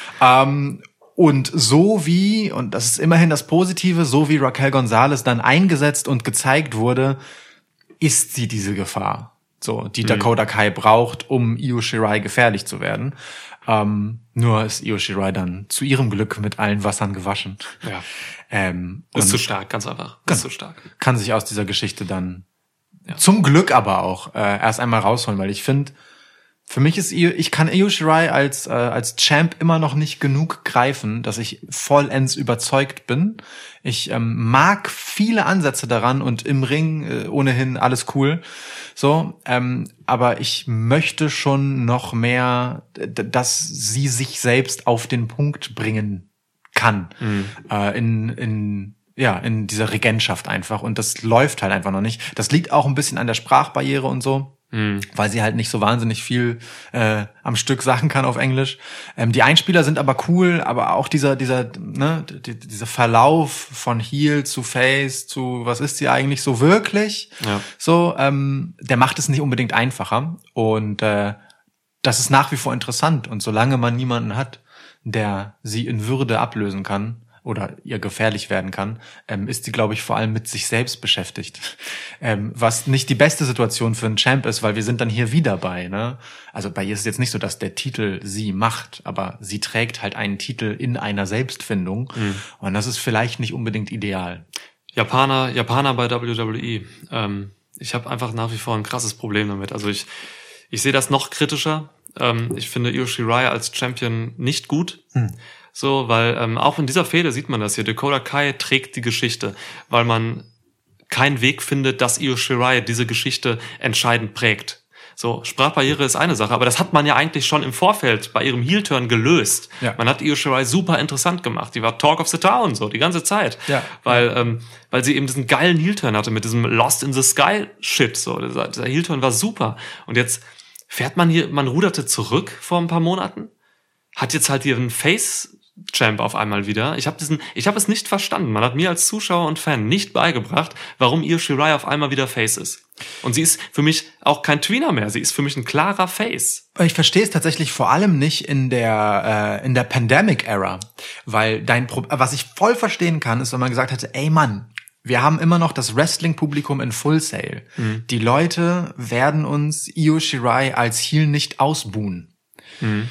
ähm, und so wie, und das ist immerhin das Positive, so wie Raquel Gonzalez dann eingesetzt und gezeigt wurde, ist sie diese Gefahr. So, die mhm. Dakota Kai braucht, um Io Shirai gefährlich zu werden. Ähm, nur ist Io Shirai dann zu ihrem Glück mit allen Wassern gewaschen. Ja. Ähm, ist zu stark, ganz einfach. Ist zu stark. Kann sich aus dieser Geschichte dann ja. zum Glück aber auch äh, erst einmal rausholen, weil ich finde, für mich ist Io, ich kann Io Shirai als äh, als Champ immer noch nicht genug greifen, dass ich vollends überzeugt bin. Ich ähm, mag viele Ansätze daran und im Ring äh, ohnehin alles cool. So, ähm, aber ich möchte schon noch mehr, d- dass sie sich selbst auf den Punkt bringen kann mhm. äh, in in ja in dieser Regentschaft einfach, und das läuft halt einfach noch nicht. Das liegt auch ein bisschen an der Sprachbarriere und so, mhm. weil sie halt nicht so wahnsinnig viel äh, am Stück sagen kann auf Englisch. Ähm, die Einspieler sind aber cool, aber auch dieser dieser ne die, dieser Verlauf von Heel zu Face zu was ist sie eigentlich so wirklich, ja. so ähm, der macht es nicht unbedingt einfacher, und äh, das ist nach wie vor interessant, und solange man niemanden hat, der sie in Würde ablösen kann oder ihr gefährlich werden kann, ähm, ist sie, glaube ich, vor allem mit sich selbst beschäftigt. Ähm, was nicht die beste Situation für einen Champ ist, weil wir sind dann hier wieder bei, ne? Also bei ihr ist es jetzt nicht so, dass der Titel sie macht, aber sie trägt halt einen Titel in einer Selbstfindung, mhm. und das ist vielleicht nicht unbedingt ideal. Japaner, Japaner bei W W E. Ähm, ich habe einfach nach wie vor ein krasses Problem damit. Also ich, ich sehe das noch kritischer. Ähm, ich finde Io Shirai als Champion nicht gut. Hm. So, weil ähm, auch in dieser Fehde sieht man das hier. Dakota Kai trägt die Geschichte, weil man keinen Weg findet, dass Io Shirai diese Geschichte entscheidend prägt. So, Sprachbarriere ist eine Sache, aber das hat man ja eigentlich schon im Vorfeld bei ihrem Heel-Turn gelöst. Ja. Man hat Io Shirai super interessant gemacht. Die war Talk of the Town so die ganze Zeit, ja. weil ähm, weil sie eben diesen geilen Heel-Turn hatte mit diesem Lost in the Sky Shit. So, dieser, dieser Heel-Turn war super. Und jetzt fährt man hier, man ruderte zurück vor ein paar Monaten, hat jetzt halt hier einen Face-Champ auf einmal wieder. Ich habe diesen, ich habe es nicht verstanden. Man hat mir als Zuschauer und Fan nicht beigebracht, warum Io Shirai auf einmal wieder Face ist. Und sie ist für mich auch kein Tweener mehr. Sie ist für mich ein klarer Face. Ich verstehe es tatsächlich vor allem nicht in der äh, in der Pandemic-Era, weil dein Pro- was ich voll verstehen kann, ist, wenn man gesagt hätte, ey Mann, wir haben immer noch das Wrestling-Publikum in Full Sail. Mhm. Die Leute werden uns Io Shirai als Heel nicht ausbuhen. Mhm.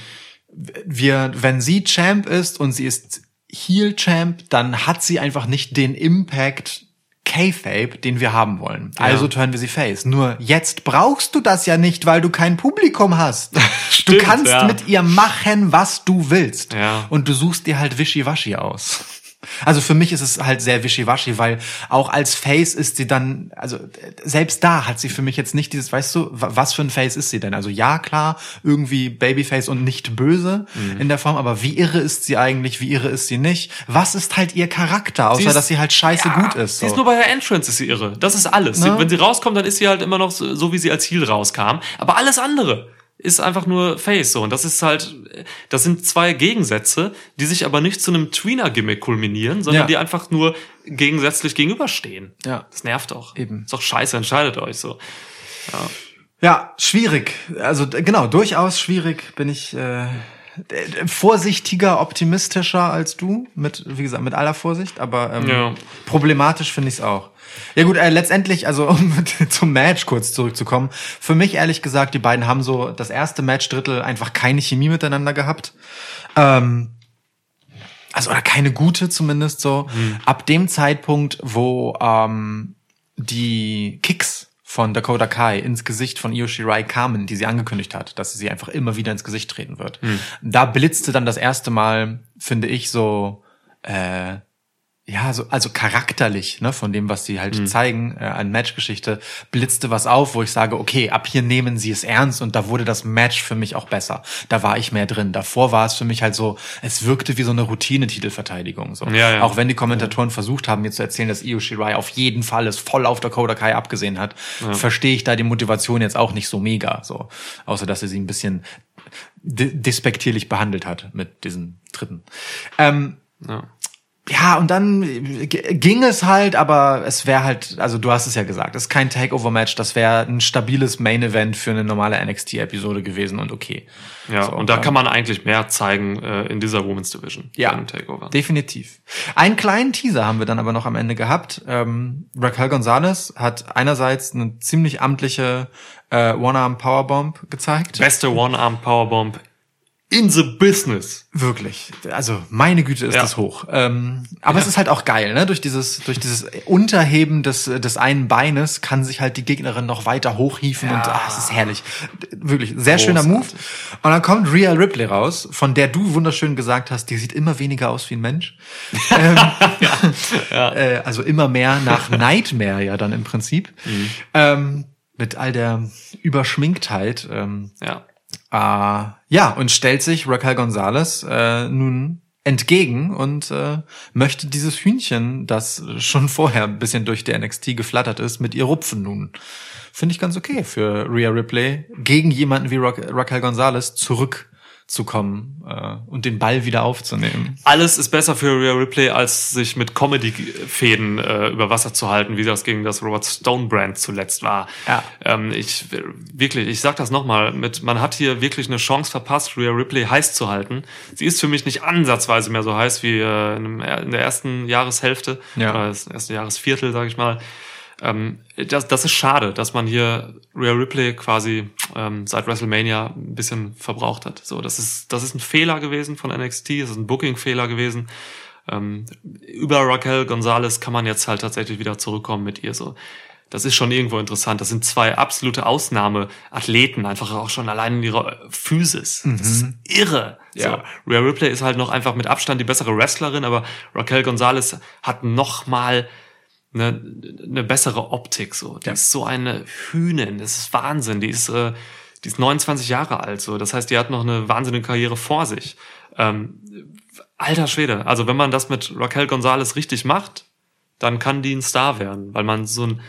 Wir, wenn sie Champ ist und sie ist Heel Champ, dann hat sie einfach nicht den Impact Kayfabe, den wir haben wollen. Ja. Also turnen wir sie Face. Nur jetzt brauchst du das ja nicht, weil du kein Publikum hast. Stimmt, du kannst ja. mit ihr machen, was du willst. Ja. Und du suchst dir halt Wischiwaschi aus. Also für mich ist es halt sehr wischiwaschi, weil auch als Face ist sie dann, also selbst da hat sie für mich jetzt nicht dieses, weißt du, was für ein Face ist sie denn? Also ja, klar, irgendwie Babyface und nicht böse mhm. in der Form, aber wie irre ist sie eigentlich, wie irre ist sie nicht? Was ist halt ihr Charakter, außer ist, dass sie halt scheiße ja, gut ist? So. Sie ist nur bei der Entrance ist sie irre, das ist alles. Sie, wenn sie rauskommt, dann ist sie halt immer noch so, so wie sie als Heel rauskam, aber alles andere ist einfach nur Face, so. Und das ist halt, das sind zwei Gegensätze, die sich aber nicht zu einem Tweener-Gimmick kulminieren, sondern ja. die einfach nur gegensätzlich gegenüberstehen. Ja. Das nervt doch. Eben. Ist doch scheiße, entscheidet euch so. Ja. Ja, schwierig. Also d- genau, durchaus schwierig. Bin ich äh, d- vorsichtiger, optimistischer als du. Mit, wie gesagt, mit aller Vorsicht. Aber ähm, Ja. problematisch finde ich es auch. Ja gut, äh, letztendlich, also um zum Match kurz zurückzukommen. Für mich ehrlich gesagt, die beiden haben so das erste Match-Drittel einfach keine Chemie miteinander gehabt. Ähm, also oder keine gute zumindest so. Mhm. Ab dem Zeitpunkt, wo ähm, die Kicks von Dakota Kai ins Gesicht von Io Shirai kamen, die sie angekündigt hat, dass sie sie einfach immer wieder ins Gesicht treten wird. Mhm. Da blitzte dann das erste Mal, finde ich, so äh, ja, so, also charakterlich, ne, von dem, was sie halt Mhm. zeigen, äh, an Matchgeschichte, blitzte was auf, wo ich sage, okay, ab hier nehmen sie es ernst und da wurde das Match für mich auch besser. Da war ich mehr drin. Davor war es für mich halt so, es wirkte wie so eine Routine-Titelverteidigung, so. Ja, ja. Auch wenn die Kommentatoren versucht haben, mir zu erzählen, dass Io Shirai auf jeden Fall es voll auf Dakota Kai abgesehen hat, verstehe ich da die Motivation jetzt auch nicht so mega, so. Außer, dass er sie ein bisschen di- despektierlich behandelt hat mit diesen Dritten. Ähm, Ja. Ja, und dann g- ging es halt, aber es wäre halt, also du hast es ja gesagt, es ist kein Takeover-Match, das wäre ein stabiles Main-Event für eine normale N X T-Episode gewesen und okay. Ja, So, und da ähm, kann man eigentlich mehr zeigen äh, in dieser Women's Division. Ja, beim Takeover. definitiv. Einen kleinen Teaser haben wir dann aber noch am Ende gehabt. Ähm, Raquel Gonzalez hat einerseits eine ziemlich amtliche äh, One-Arm-Powerbomb gezeigt. Beste One-Arm-Powerbomb in the business. Wirklich. Also, meine Güte ist Ja. das hoch. Ähm, aber Ja. es ist halt auch geil, ne? Durch dieses, durch dieses Unterheben des, des einen Beines kann sich halt die Gegnerin noch weiter hochhieven Ja. und ah, es ist herrlich. Wirklich, sehr schöner Move. Großartig. Und dann kommt Rhea Ripley raus, von der du wunderschön gesagt hast, die sieht immer weniger aus wie ein Mensch. ähm, Äh, also immer mehr nach Nightmare ja dann im Prinzip. Mhm. Ähm, mit all der Überschminktheit. Ähm, Ja. Äh, ja, und stellt sich Raquel Gonzalez äh, nun entgegen und äh, möchte dieses Hühnchen, das schon vorher ein bisschen durch die N X T geflattert ist, mit ihr rupfen nun. Finde ich ganz okay für Rhea Ripley, gegen jemanden wie Ra- Raquel Gonzalez zurückzukommen äh, und den Ball wieder aufzunehmen. Alles ist besser für Rhea Ripley, als sich mit Comedy-Fäden äh, über Wasser zu halten, wie das gegen das Robert Stone-Brand zuletzt war. Ja. Ähm, ich wirklich, ich sag das nochmal, mit man hat hier wirklich eine Chance verpasst, Rhea Ripley heiß zu halten. Sie ist für mich nicht ansatzweise mehr so heiß wie äh, in, dem, in der ersten Jahreshälfte Ja. oder das erste Jahresviertel, sage ich mal. Ähm, das, das ist schade, dass man hier Rhea Ripley quasi ähm, seit WrestleMania ein bisschen verbraucht hat. So, das ist das ist ein Fehler gewesen von N X T, das ist ein Booking-Fehler gewesen. Ähm, über Raquel Gonzalez kann man jetzt halt tatsächlich wieder zurückkommen mit ihr. So, das ist schon irgendwo interessant. Das sind zwei absolute Ausnahmeathleten, einfach auch schon allein in ihrer Physis. Das ist irre. Ja. So, Rhea Ripley ist halt noch einfach mit Abstand die bessere Wrestlerin, aber Raquel Gonzalez hat noch mal eine, eine bessere Optik, so. Die Ja. ist so eine Hühnin, das ist Wahnsinn. Die ist, äh, die ist neunundzwanzig Jahre alt, so. Das heißt, die hat noch eine wahnsinnige Karriere vor sich. Ähm, alter Schwede. Also, wenn man das mit Raquel Gonzalez richtig macht, dann kann die ein Star werden, weil man so ein,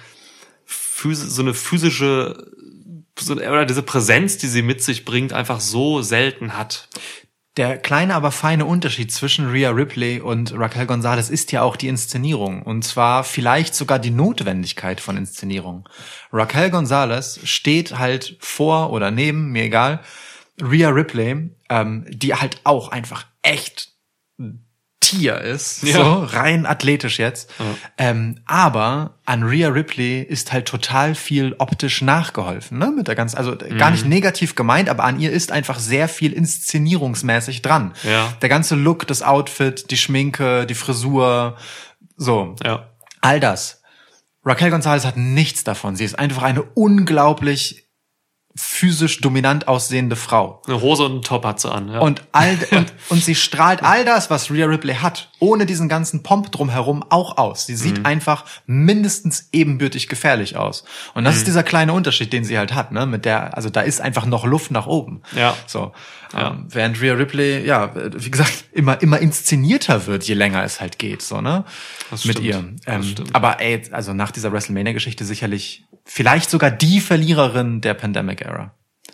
phys- so eine physische, so, oder diese Präsenz, die sie mit sich bringt, einfach so selten hat. Der kleine, aber feine Unterschied zwischen Rhea Ripley und Raquel Gonzalez ist ja auch die Inszenierung. Und zwar vielleicht sogar die Notwendigkeit von Inszenierung. Raquel Gonzalez steht halt vor oder neben, mir egal, Rhea Ripley, ähm, die halt auch einfach echt ein Tier ist, Ja. so rein athletisch jetzt. Ja. Ähm, aber an Rhea Ripley ist halt total viel optisch nachgeholfen, ne? Mit der ganzen, also gar nicht negativ gemeint, aber an ihr ist einfach sehr viel inszenierungsmäßig dran. Ja. Der ganze Look, das Outfit, die Schminke, die Frisur, so. Ja. All das. Raquel Gonzalez hat nichts davon. Sie ist einfach eine unglaublich physisch dominant aussehende Frau. Eine Hose und einen Top hat sie an, ja. Und all und, und sie strahlt all das, was Rhea Ripley hat, ohne diesen ganzen Pomp drumherum auch aus. Sie sieht Mhm. einfach mindestens ebenbürtig gefährlich aus. Und das Mhm. ist dieser kleine Unterschied, den sie halt hat, ne? Mit der, also da ist einfach noch Luft nach oben. Ja. So. Ja. Ähm, während Rhea Ripley, ja, wie gesagt, immer, immer inszenierter wird, je länger es halt geht, so, ne? Das Mit stimmt. ihr. Das Ähm, stimmt. aber ey, also nach dieser WrestleMania-Geschichte sicherlich vielleicht sogar die Verliererin der Pandemic-Era.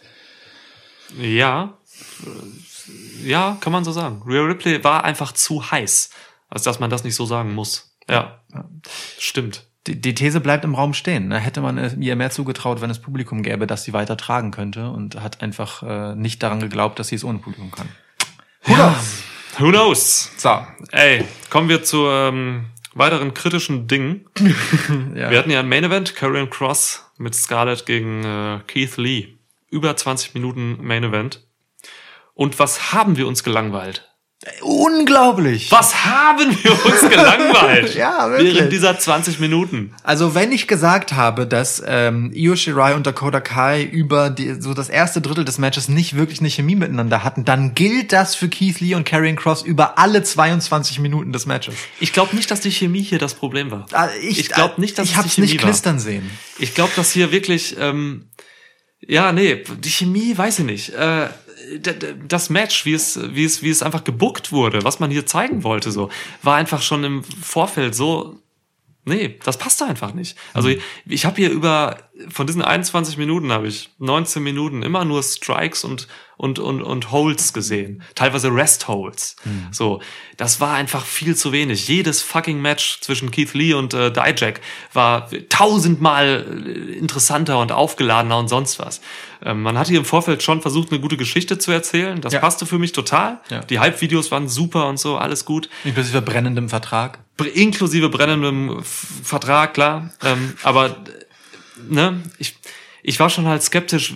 Ja, ja, kann man so sagen. Rhea Ripley war einfach zu heiß, als dass man das nicht so sagen muss. Ja, stimmt. die, die These bleibt im Raum stehen. Ne? Hätte man ihr mehr zugetraut, wenn es Publikum gäbe, dass sie weiter tragen könnte und hat einfach äh, nicht daran geglaubt, dass sie es ohne Publikum kann. Who ja. knows? Who knows? So. Ey, kommen wir zu ähm, weiteren kritischen Dingen. ja. Wir hatten ja ein Main Event, Karrion Kross mit Scarlett gegen äh, Keith Lee. Über zwanzig Minuten Main Event. Und was haben wir uns gelangweilt? Unglaublich! Was haben wir uns gelangweilt? ja, wirklich. Während dieser zwanzig Minuten. Also wenn ich gesagt habe, dass ähm, Io Shirai und Dakota Kai über die, so das erste Drittel des Matches nicht wirklich eine Chemie miteinander hatten, dann gilt das für Keith Lee und Karrion Kross über alle zweiundzwanzig Minuten des Matches. Ich glaube nicht, dass die Chemie hier das Problem war. Ich, ich glaube nicht, dass ich es hab's die Chemie nicht knistern sehen. Ich glaube, dass hier wirklich ähm, ja, nee, die Chemie, weiß ich nicht. Äh, das Match, wie es, wie es, wie es einfach gebuckt wurde, was man hier zeigen wollte, so, war einfach schon im Vorfeld so, nee, das passte einfach nicht. Also ich, ich habe hier über, von diesen einundzwanzig Minuten habe ich neunzehn Minuten immer nur Strikes und und und und Holds gesehen, teilweise Rest Holds. Mhm. So, das war einfach viel zu wenig. Jedes fucking Match zwischen Keith Lee und äh, Dijak war tausendmal interessanter und aufgeladener und sonst was. Ähm, man hat hier im Vorfeld schon versucht, eine gute Geschichte zu erzählen. Das ja. passte für mich total. Ja. Die Hype-Videos waren super und so, alles gut. Inklusive brennendem Vertrag. Inklusive brennendem F- Vertrag, klar. Ähm, aber ne, ich ich war schon halt skeptisch,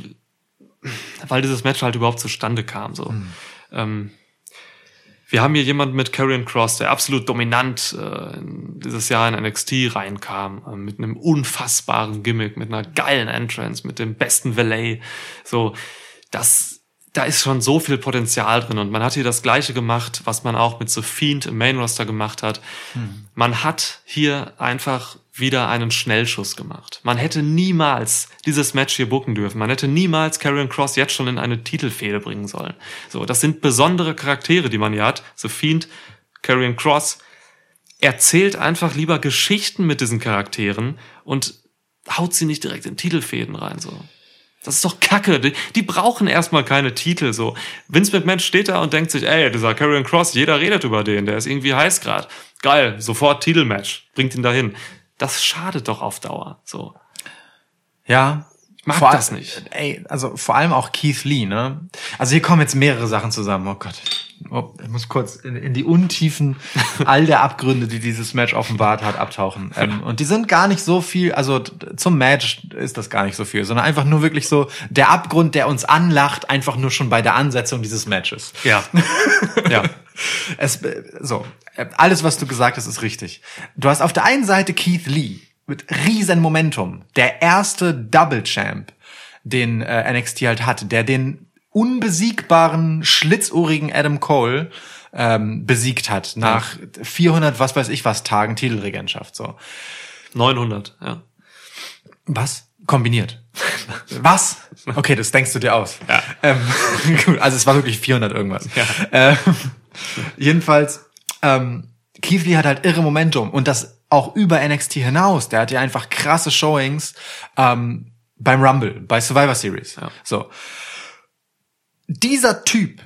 weil dieses Match halt überhaupt zustande kam. So, mhm. ähm, wir haben hier jemanden mit Karrion Kross, der absolut dominant äh, in dieses Jahr in N X T reinkam, äh, mit einem unfassbaren Gimmick, mit einer geilen Entrance, mit dem besten Valet. So, das da ist schon so viel Potenzial drin und man hat hier das Gleiche gemacht, was man auch mit The Fiend im Main Roster gemacht hat. Mhm. Man hat hier einfach wieder einen Schnellschuss gemacht. Man hätte niemals dieses Match hier booken dürfen. Man hätte niemals Karrion Kross jetzt schon in eine Titelfehde bringen sollen. So, das sind besondere Charaktere, die man hier hat. The Fiend, Karrion Kross. Erzählt einfach lieber Geschichten mit diesen Charakteren und haut sie nicht direkt in Titelfäden rein, so. Das ist doch Kacke. Die, die brauchen erstmal keine Titel, so. Vince McMahon steht da und denkt sich, ey, dieser Karrion Kross, jeder redet über den, der ist irgendwie heiß grad. Geil, sofort Titelmatch. Bringt ihn dahin. Das schadet doch auf Dauer, so. Ja. Ich mag vor, das nicht. Ey, also vor allem auch Keith Lee, ne? Also hier kommen jetzt mehrere Sachen zusammen. Oh Gott. Oh, ich muss kurz in, in die Untiefen all der Abgründe, die dieses Match offenbart hat, abtauchen. Ähm, und die sind gar nicht so viel, also zum Match ist das gar nicht so viel, sondern einfach nur wirklich so der Abgrund, der uns anlacht, einfach nur schon bei der Ansetzung dieses Matches. Ja. ja. Es, so, alles, was du gesagt hast, ist richtig. Du hast auf der einen Seite Keith Lee mit riesen Momentum, der erste Double Champ, den äh, N X T halt hat, der den unbesiegbaren, schlitzohrigen Adam Cole ähm, besiegt hat nach ja. vierhundert, was weiß ich was, Tagen Titelregentschaft. So neunhundert, ja. Was? Kombiniert. Was? Okay, das denkst du dir aus. Ja. Ähm, gut, also es war wirklich vierhundert irgendwas. Ja. Ähm, jedenfalls, ähm, Keith Lee hat halt irre Momentum und das auch über N X T hinaus. Der hat ja einfach krasse Showings ähm, beim Rumble, bei Survivor Series. Ja. So. Dieser Typ,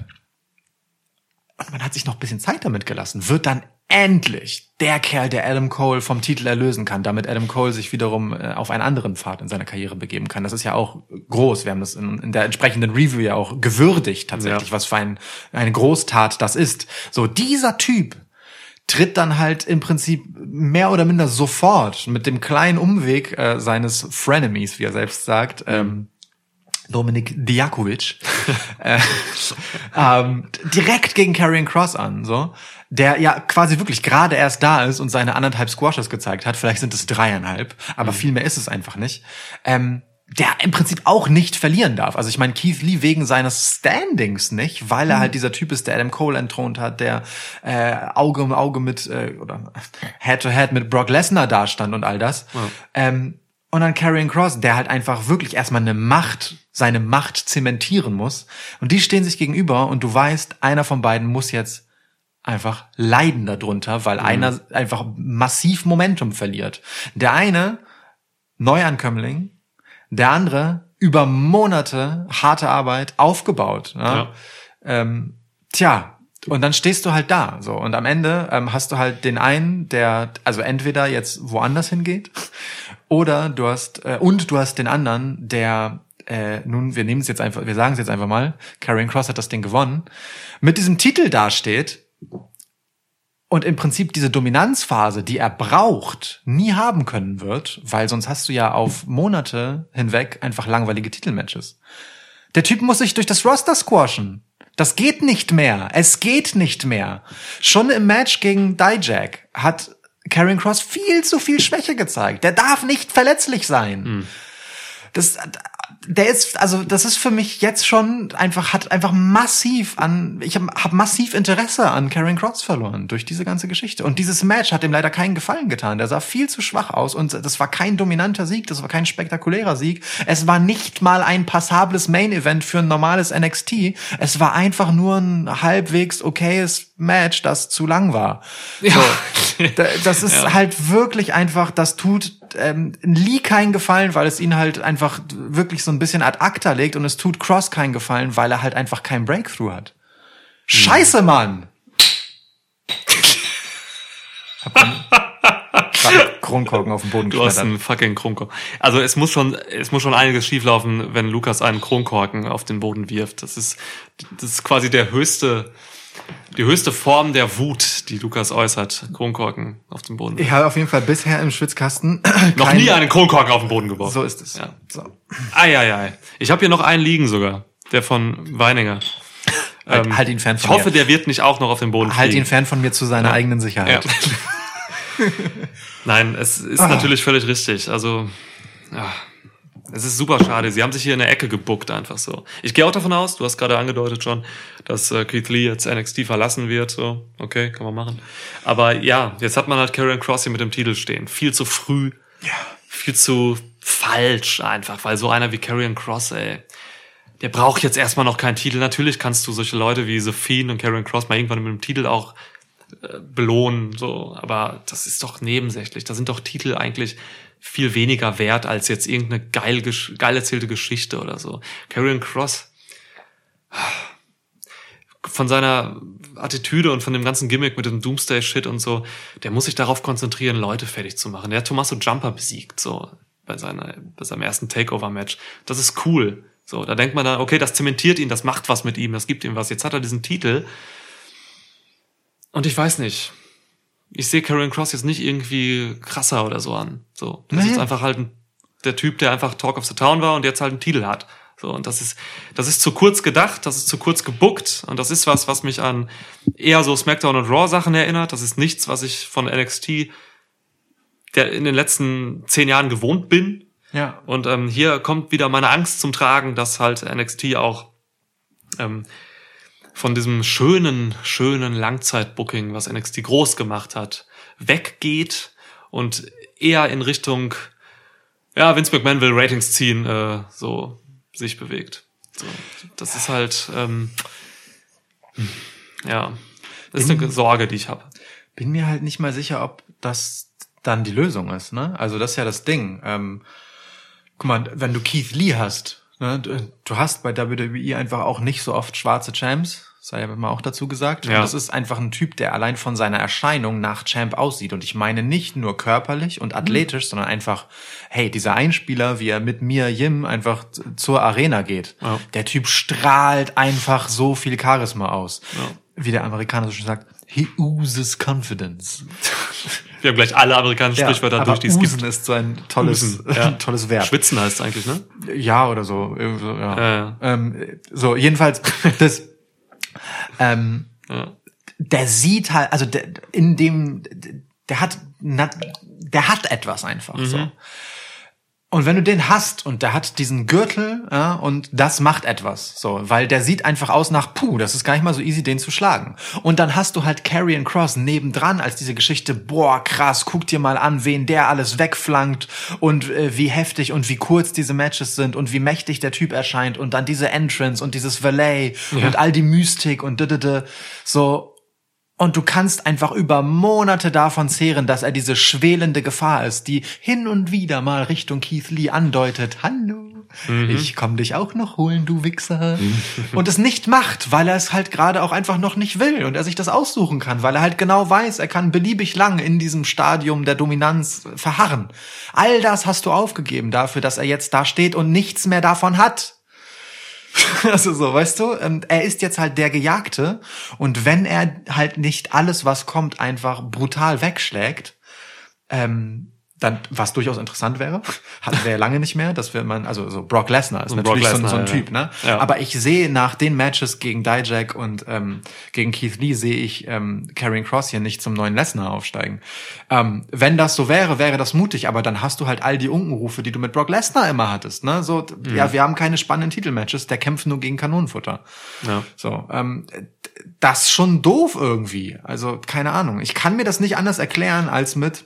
und man hat sich noch ein bisschen Zeit damit gelassen, wird dann endlich der Kerl, der Adam Cole vom Titel erlösen kann, damit Adam Cole sich wiederum äh, auf einen anderen Pfad in seiner Karriere begeben kann. Das ist ja auch groß. Wir haben das in, in der entsprechenden Review ja auch gewürdigt tatsächlich, ja. was für ein, eine Großtat das ist. So, dieser Typ tritt dann halt im Prinzip mehr oder minder sofort mit dem kleinen Umweg äh, seines Frenemies, wie er selbst sagt, mhm. ähm, Dominik Dijakovic, äh, ähm, direkt gegen Karrion Kross an, so, der ja quasi wirklich gerade erst da ist und seine anderthalb Squashes gezeigt hat, vielleicht sind es dreieinhalb, aber mhm. viel mehr ist es einfach nicht, ähm, der im Prinzip auch nicht verlieren darf. Also ich meine, Keith Lee wegen seines Standings nicht, weil er mhm. halt dieser Typ ist, der Adam Cole entthront hat, der äh, Auge um Auge mit, äh, oder Head-to-Head mit Brock Lesnar dastand und all das. Ja. Ähm, und dann Karrion Kross, der halt einfach wirklich erstmal eine Macht, seine Macht zementieren muss. Und die stehen sich gegenüber und du weißt, einer von beiden muss jetzt einfach leiden darunter, weil mhm. einer einfach massiv Momentum verliert. Der eine, Neuankömmling, der andere, über Monate harte Arbeit aufgebaut. Ja? Ja. Ähm, tja, Und dann stehst du halt da, so. Und am Ende ähm, hast du halt den einen, der, also entweder jetzt woanders hingeht, oder du hast, äh, und du hast den anderen, der, äh, nun, wir nehmen es jetzt einfach, wir sagen es jetzt einfach mal, Karrion Kross hat das Ding gewonnen, mit diesem Titel dasteht und im Prinzip diese Dominanzphase, die er braucht, nie haben können wird, weil sonst hast du ja auf Monate hinweg einfach langweilige Titelmatches. Der Typ muss sich durch das Roster squashen. Das geht nicht mehr. Es geht nicht mehr. Schon im Match gegen Dijak hat Karrion Kross viel zu viel Schwäche gezeigt. Der darf nicht verletzlich sein. Mhm. Das, der ist, also das ist für mich jetzt schon einfach, hat einfach massiv an, ich habe hab massiv Interesse an Karrion Kross verloren durch diese ganze Geschichte. Und dieses Match hat ihm leider keinen Gefallen getan. Der sah viel zu schwach aus und das war kein dominanter Sieg, das war kein spektakulärer Sieg. Es war nicht mal ein passables Main-Event für ein normales N X T. Es war einfach nur ein halbwegs okayes Match, das zu lang war. Ja. So, das ist ja. halt wirklich einfach, das tut ähm, Lee keinen Gefallen, weil es ihn halt einfach wirklich so ein bisschen ad acta legt und es tut Kross keinen Gefallen, weil er halt einfach kein Breakthrough hat. Scheiße, Mann! Hab einen Kronkorken auf den Boden geschmettert. Du hast einen fucking Kronkorken. Also es muss schon, es muss schon einiges schieflaufen, wenn Lukas einen Kronkorken auf den Boden wirft. Das ist, das ist quasi der höchste, die höchste Form der Wut, die Lukas äußert. Kronkorken auf den Boden. Ich habe auf jeden Fall bisher im Schwitzkasten noch nie einen Kronkorken auf den Boden geworfen. So ist es. Ja. So. Eieiei. Ich habe hier noch einen liegen sogar. Der von Weininger. Halt, ähm, halt ihn fern von Ich hoffe, mir. der wird nicht auch noch auf den Boden Halt fliegen. ihn fern von mir zu seiner ja. eigenen Sicherheit. Ja. Nein, es ist ah. natürlich völlig richtig. Also, ja, es ist super schade. Sie haben sich hier in der Ecke gebuckt, einfach so. Ich gehe auch davon aus, du hast gerade angedeutet schon, dass äh, Keith Lee jetzt N X T verlassen wird. So, okay, kann man machen. Aber ja, jetzt hat man halt Karrion Kross hier mit dem Titel stehen. Viel zu früh, ja. viel zu falsch einfach, weil so einer wie Karrion Kross, ey, der braucht jetzt erstmal noch keinen Titel. Natürlich kannst du solche Leute wie The Fiend und Karrion Kross mal irgendwann mit dem Titel auch äh, belohnen, so. Aber das ist doch nebensächlich. Da sind doch Titel eigentlich viel weniger wert als jetzt irgendeine geil, geil erzählte Geschichte oder so. Karrion Kross, von seiner Attitüde und von dem ganzen Gimmick mit dem Doomsday-Shit und so, der muss sich darauf konzentrieren, Leute fertig zu machen. Der hat Tommaso Ciampa besiegt, so, bei seiner, bei seinem ersten Takeover-Match. Das ist cool. So, da denkt man dann, okay, das zementiert ihn, das macht was mit ihm, das gibt ihm was. Jetzt hat er diesen Titel. Und ich weiß nicht. Ich sehe Karrion Kross jetzt nicht irgendwie krasser oder so an. So, das nee. ist einfach halt ein, der Typ, der einfach Talk of the Town war und jetzt halt einen Titel hat. So, und das ist, das ist zu kurz gedacht, das ist zu kurz gebuckt und das ist was, was mich an eher so SmackDown und Raw Sachen erinnert. Das ist nichts, was ich von N X T der in den letzten zehn Jahren gewohnt bin. Ja. Und ähm, hier kommt wieder meine Angst zum Tragen, dass halt N X T auch ähm, von diesem schönen, schönen Langzeitbooking, was N X T groß gemacht hat, weggeht und eher in Richtung, ja, Vince McMahon will Ratings ziehen, äh, so sich bewegt. So, das ist halt, ähm, ja, das ist eine Sorge, die ich habe. Bin mir halt nicht mal sicher, ob das dann die Lösung ist, ne? Also das ist ja das Ding. Ähm, guck mal, wenn du Keith Lee hast, ne, du, du hast bei W W E einfach auch nicht so oft schwarze Champs, sei ja mal auch dazu gesagt. Ja. Und das ist einfach ein Typ, der allein von seiner Erscheinung nach Champ aussieht. Und ich meine nicht nur körperlich und athletisch, mhm. sondern einfach, hey, dieser Einspieler, wie er mit Mia Yim einfach zur Arena geht. Ja. Der Typ strahlt einfach so viel Charisma aus. Ja. Wie der Amerikaner so schön sagt, he oozes confidence. Wir haben gleich alle amerikanischen Ja, Sprichwörter durch, die es Usen gibt. ist so ein tolles, Usen, ja. tolles Verb. Schwitzen heißt es eigentlich, ne? Ja, oder so. Irgendwie so, ja. Ja, ja. Ähm, so, jedenfalls, das, ähm, Ja. der sieht halt, also der, in dem, der hat, der hat etwas einfach, Mhm. so. Und wenn du den hast und der hat diesen Gürtel, ja, und das macht etwas, so, weil der sieht einfach aus nach, puh, das ist gar nicht mal so easy, den zu schlagen. Und dann hast du halt Karrion Kross nebendran als diese Geschichte, boah, krass, guck dir mal an, wen der alles wegflankt und äh, wie heftig und wie kurz diese Matches sind und wie mächtig der Typ erscheint und dann diese Entrance und dieses Valet Ja. und all die Mystik und d-d-d, so. Und du kannst einfach über Monate davon zehren, dass er diese schwelende Gefahr ist, die hin und wieder mal Richtung Keith Lee andeutet. Hallo, mhm. ich komm dich auch noch holen, du Wichser. Und es nicht macht, weil er es halt gerade auch einfach noch nicht will und er sich das aussuchen kann, weil er halt genau weiß, er kann beliebig lang in diesem Stadium der Dominanz verharren. All das hast du aufgegeben dafür, dass er jetzt da steht und nichts mehr davon hat. Also so, weißt du, er ist jetzt halt der Gejagte und wenn er halt nicht alles, was kommt, einfach brutal wegschlägt, ähm, dann, was durchaus interessant wäre, hatten wir ja lange nicht mehr, dass wir man, also so Brock Lesnar ist und natürlich Brock so, ein- so ein Lesnar, Typ, ne? Ja. Aber ich sehe nach den Matches gegen Dijak und ähm, gegen Keith Lee sehe ich ähm, Karrion Kross hier nicht zum neuen Lesnar aufsteigen. Ähm, wenn das so wäre, wäre das mutig, aber dann hast du halt all die Unkenrufe, die du mit Brock Lesnar immer hattest, ne? So, mhm. ja, wir haben keine spannenden Titelmatches, der kämpft nur gegen Kanonenfutter. Ja. So, ähm, das ist schon doof irgendwie. Also, keine Ahnung. Ich kann mir das nicht anders erklären als mit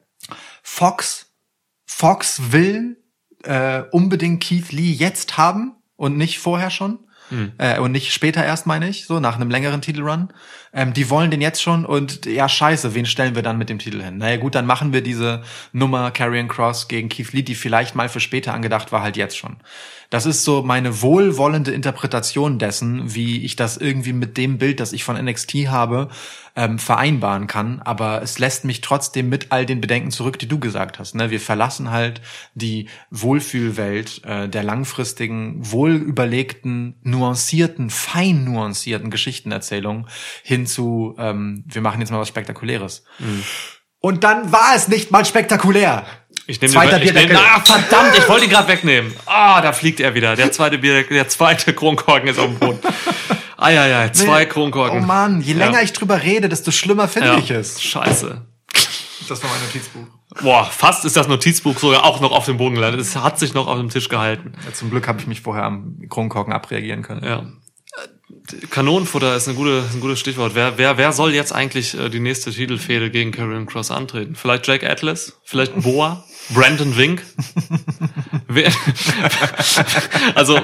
Fox. Fox will äh, unbedingt Keith Lee jetzt haben und nicht vorher schon. Hm. Äh, und nicht später erst, meine ich, so nach einem längeren Titelrun. Ähm, die wollen den jetzt schon und ja, scheiße, wen stellen wir dann mit dem Titel hin? Naja gut, dann machen wir diese Nummer Karrion Kross gegen Keith Lee, die vielleicht mal für später angedacht war, halt jetzt schon. Das ist so meine wohlwollende Interpretation dessen, wie ich das irgendwie mit dem Bild, das ich von N X T habe, ähm, vereinbaren kann. Aber es lässt mich trotzdem mit all den Bedenken zurück, die du gesagt hast. Ne? Wir verlassen halt die Wohlfühlwelt äh, der langfristigen, wohlüberlegten, nuancierten, fein nuancierten Geschichtenerzählung hin zu, ähm, wir machen jetzt mal was Spektakuläres. Mhm. Und dann war es nicht mal spektakulär. Ich nehme Zweiter den, ich Bierdeckel. nehm, ah, verdammt, ich wollte ihn gerade wegnehmen. Ah, da fliegt er wieder. Der zweite Bierdeckel, der zweite Kronkorken ist auf dem Boden. Eieiei, zwei Nee. Kronkorken. Oh Mann, je länger Ja. ich drüber rede, desto schlimmer finde Ja. ich es. Scheiße. Das war mein Notizbuch. Boah, fast ist das Notizbuch sogar auch noch auf dem Boden gelandet. Es hat sich noch auf dem Tisch gehalten. Ja, zum Glück habe ich mich vorher am Kronkorken abreagieren können. Ja. Kanonenfutter ist, eine gute, ist ein gutes Stichwort. Wer, wer, wer soll jetzt eigentlich äh, die nächste Titelfehde gegen Karrion Kross antreten? Vielleicht Jake Atlas? Vielleicht Boa? Brandon Wink? Wer, also,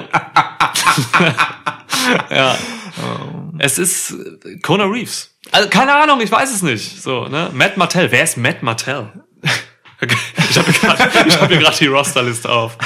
ja. Es ist Conor Reeves. Also, keine Ahnung, ich weiß es nicht. So, ne? Matt Martell. Wer ist Matt Martell? Ich habe gerade ich hab hier gerade die Rosterliste auf.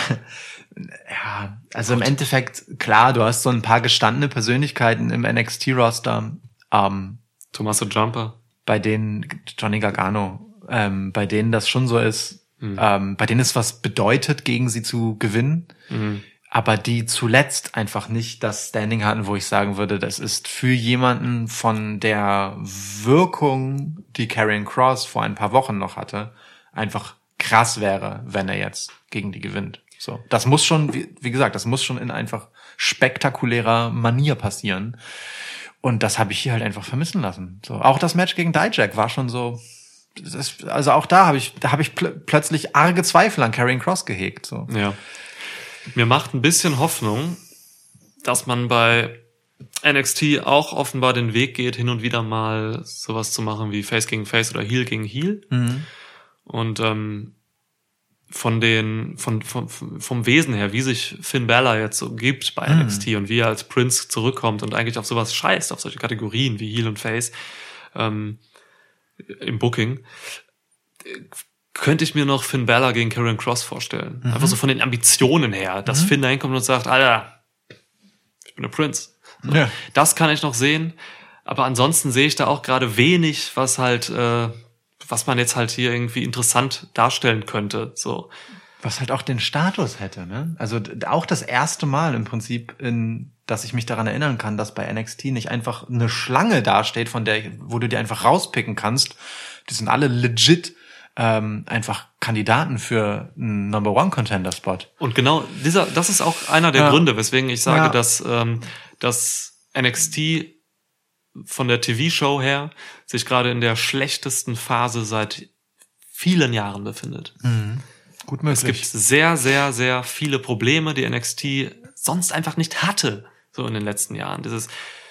Ja, also im Endeffekt, klar, du hast so ein paar gestandene Persönlichkeiten im N X T-Roster, ähm, Tommaso Ciampa. bei denen, Johnny Gargano, ähm, bei denen das schon so ist, mhm. ähm, bei denen es was bedeutet, gegen sie zu gewinnen, mhm. aber die zuletzt einfach nicht das Standing hatten, wo ich sagen würde, das ist für jemanden von der Wirkung, die Karrion Kross vor ein paar Wochen noch hatte, einfach krass wäre, wenn er jetzt gegen die gewinnt. So, das muss schon, wie, wie gesagt, das muss schon in einfach spektakulärer Manier passieren. Und das habe ich hier halt einfach vermissen lassen. So, auch das Match gegen Dijak war schon so. Das ist, also auch da habe ich, da habe ich pl- plötzlich arge Zweifel an Karrion Kross gehegt. So. Ja. Mir macht ein bisschen Hoffnung, dass man bei N X T auch offenbar den Weg geht, hin und wieder mal sowas zu machen wie Face gegen Face oder Heel gegen Heel. Mhm. Und ähm, von den, von, von, vom Wesen her, wie sich Finn Balor jetzt so gibt bei Mhm. N X T und wie er als Prince zurückkommt und eigentlich auf sowas scheißt, auf solche Kategorien wie Heel und Face ähm, im Booking, könnte ich mir noch Finn Balor gegen Karrion Kross vorstellen. Mhm. Einfach so von den Ambitionen her, dass mhm. Finn da hinkommt und sagt, Alter, ich bin der Prince. So. Ja. Das kann ich noch sehen, aber ansonsten sehe ich da auch gerade wenig, was halt äh, was man jetzt halt hier irgendwie interessant darstellen könnte, so. Was halt auch den Status hätte, ne? Also auch das erste Mal im Prinzip, in, dass ich mich daran erinnern kann, dass bei N X T nicht einfach eine Schlange dasteht, von der, wo du dir einfach rauspicken kannst. Die sind alle legit ähm, einfach Kandidaten für einen Number One Contender Spot. Und genau dieser, das ist auch einer der ja. Gründe, weswegen ich sage, ja. dass ähm, dass N X T von der T V-Show her sich gerade in der schlechtesten Phase seit vielen Jahren befindet. Mhm. Gut möglich. Es gibt sehr, sehr, sehr viele Probleme, die N X T sonst einfach nicht hatte, so in den letzten Jahren. Dieses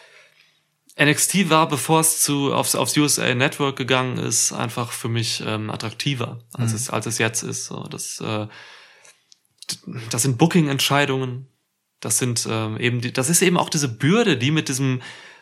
N X T war, bevor es zu aufs, aufs U S A Network gegangen ist, einfach für mich ähm, attraktiver, als, mhm. es, als es jetzt ist. So, das, äh, das sind Booking-Entscheidungen, das sind ähm, eben die, das ist eben auch diese Bürde, die mit diesem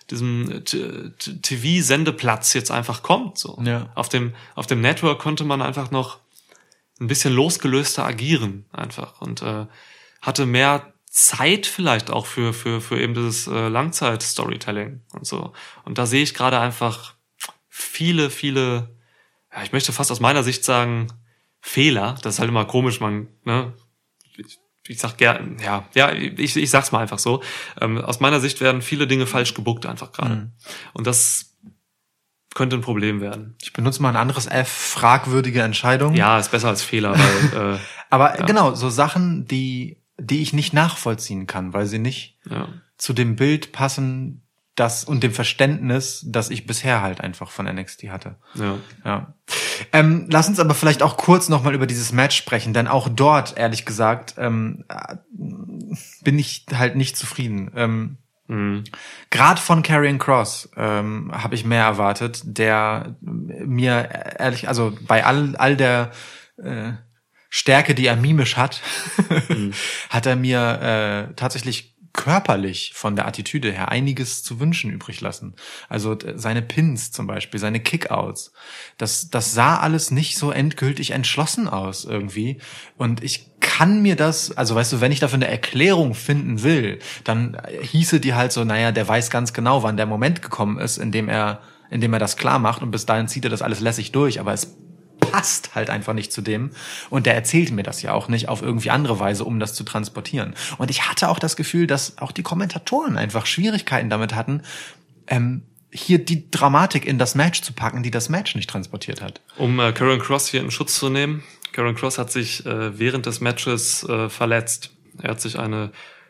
diesem T- T- T V-Sendeplatz jetzt einfach kommt. So. Ja. Auf dem, auf dem Network konnte man einfach noch ein bisschen losgelöster agieren einfach und äh, hatte mehr Zeit vielleicht auch für für für eben dieses äh, Langzeit-Storytelling und so. Und da sehe ich gerade einfach viele, viele, ja, ich möchte fast aus meiner Sicht sagen, Fehler. Das ist halt immer komisch, man, ne? Ich, ich sag gern, ja, ja, ich, ich sag's mal einfach so. Ähm, aus meiner Sicht werden viele Dinge falsch gebuckt einfach gerade. Mhm. Und das könnte ein Problem werden. Ich benutze mal ein anderes F, fragwürdige Entscheidung. Ja, ist besser als Fehler, weil, äh, aber ja. genau, so Sachen, die die ich nicht nachvollziehen kann, weil sie nicht ja. zu dem Bild passen, das und dem Verständnis, das ich bisher halt einfach von N X T hatte. Ja. Ja. Ähm, lass uns aber vielleicht auch kurz nochmal über dieses Match sprechen, denn auch dort, ehrlich gesagt, ähm, bin ich halt nicht zufrieden. Ähm, mhm. Gerade von Karrion Kross ähm, habe ich mehr erwartet, der mir ehrlich, also bei all all der äh, Stärke, die er mimisch hat, mhm. hat er mir äh, tatsächlich körperlich von der Attitüde her einiges zu wünschen übrig lassen. Also seine Pins zum Beispiel, seine Kickouts, das das sah alles nicht so endgültig entschlossen aus irgendwie. Und ich kann mir das, also weißt du, wenn ich dafür eine Erklärung finden will, dann hieße die halt so, naja, der weiß ganz genau, wann der Moment gekommen ist, in dem er, in dem er das klar macht und bis dahin zieht er das alles lässig durch, aber es passt halt einfach nicht zu dem. Und der erzählte mir das ja auch nicht auf irgendwie andere Weise, um das zu transportieren. Und ich hatte auch das Gefühl, dass auch die Kommentatoren einfach Schwierigkeiten damit hatten, ähm, hier die Dramatik in das Match zu packen, die das Match nicht transportiert hat. Um äh, Karrion Kross hier in Schutz zu nehmen. Karrion Kross hat sich äh, während des Matches äh, verletzt. Er hat sich eine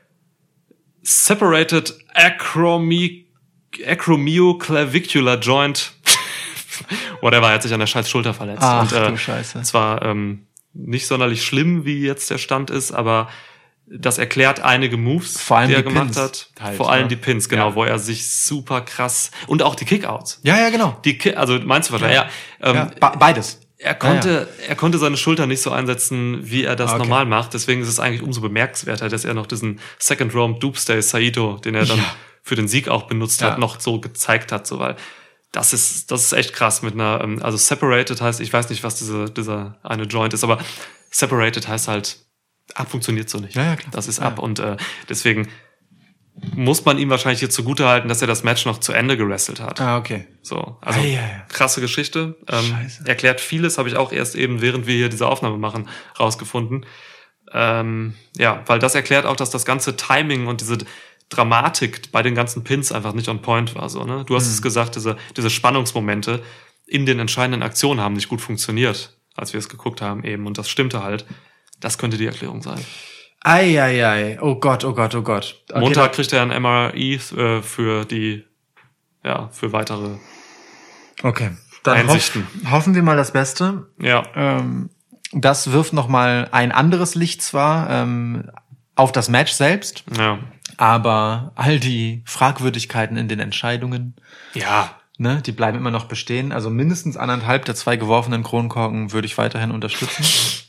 Separated Acromi- Acromioclavicular Joint whatever, er hat sich an der scheiß Schulter verletzt. Ach, und, äh, du Scheiße. Zwar ähm, nicht sonderlich schlimm, wie jetzt der Stand ist, aber das erklärt einige Moves, Vor allem die er die gemacht Pins hat. halt, Vor allem ne? die Pins, genau, Ja. wo er sich super krass und auch die Kickouts. Ja, ja, genau. Die Ki- also meinst du was? Ja, ja, ähm, Ja, be- beides. er konnte, Ja, er konnte seine Schulter nicht so einsetzen, wie er das Okay. normal macht. Deswegen ist es eigentlich umso bemerkenswerter, dass er noch diesen Second Round Doomsday Saito, den er dann Ja. für den Sieg auch benutzt Ja. hat, noch so gezeigt hat, so, weil das ist, das ist echt krass mit einer, ähm, also separated heißt, ich weiß nicht, was diese, dieser eine Joint ist, aber separated heißt halt, ab funktioniert so nicht. Ja, ja, klar. Das ist Ja. ab und äh, deswegen muss man ihm wahrscheinlich hier zugutehalten, dass er das Match noch zu Ende gewrestelt hat. Ah, okay. So, also Ah, ja, ja. krasse Geschichte. Ähm, Scheiße. erklärt vieles, habe ich auch erst eben, während wir hier diese Aufnahme machen, rausgefunden. Ähm, ja, weil das erklärt auch, dass das ganze Timing und diese Dramatik bei den ganzen Pins einfach nicht on point war. So, ne? Du hast Mhm. es gesagt, diese, diese Spannungsmomente in den entscheidenden Aktionen haben nicht gut funktioniert, als wir es geguckt haben eben. Und das stimmte halt. Das könnte die Erklärung sein. Ei, ei, ei. Oh Gott, oh Gott, oh Gott. Okay, Montag kriegt er ein M R I äh, für die, ja, für weitere. Okay. Dann hoff, Einsichten. hoffen wir mal das Beste. Ja. Ähm, das wirft nochmal ein anderes Licht zwar ähm, auf das Match selbst, Ja. aber all die Fragwürdigkeiten in den Entscheidungen, Ja. ne, die bleiben immer noch bestehen. Also mindestens anderthalb der zwei geworfenen Kronkorken würde ich weiterhin unterstützen.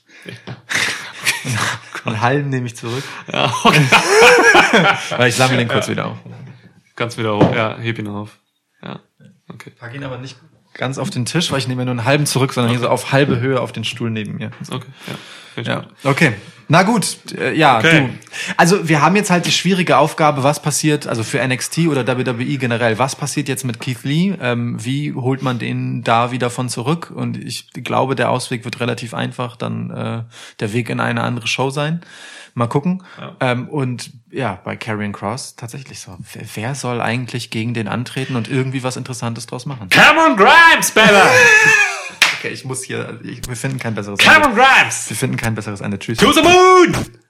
Einen halben nehme ich zurück. Ja, okay. Weil ich sammle den kurz wieder auf. Kannst wieder hoch. Ja, heb ihn auf. Ja. Okay. Pack ihn aber nicht ganz auf den Tisch, weil ich nehme ja nur einen halben zurück, sondern hier so auf halbe Höhe auf den Stuhl neben mir. Okay. Ja. Finde ich Ja, gut. okay. Na gut, äh, ja, Okay. du. Also wir haben jetzt halt die schwierige Aufgabe, was passiert, also für N X T oder W W E generell, was passiert jetzt mit Keith Lee? Ähm, wie holt man den da wieder von zurück? Und ich glaube, der Ausweg wird relativ einfach, dann äh, der Weg in eine andere Show sein. Mal gucken. Ja. Ähm, und ja, bei Karrion Kross tatsächlich so. Wer, wer soll eigentlich gegen den antreten und irgendwie was Interessantes draus machen? Cameron Grimes, baby! Okay, ich muss hier, ich, wir finden kein besseres Cameron Ende. Grimes! Wir finden kein besseres Ende. Tschüss. To the moon!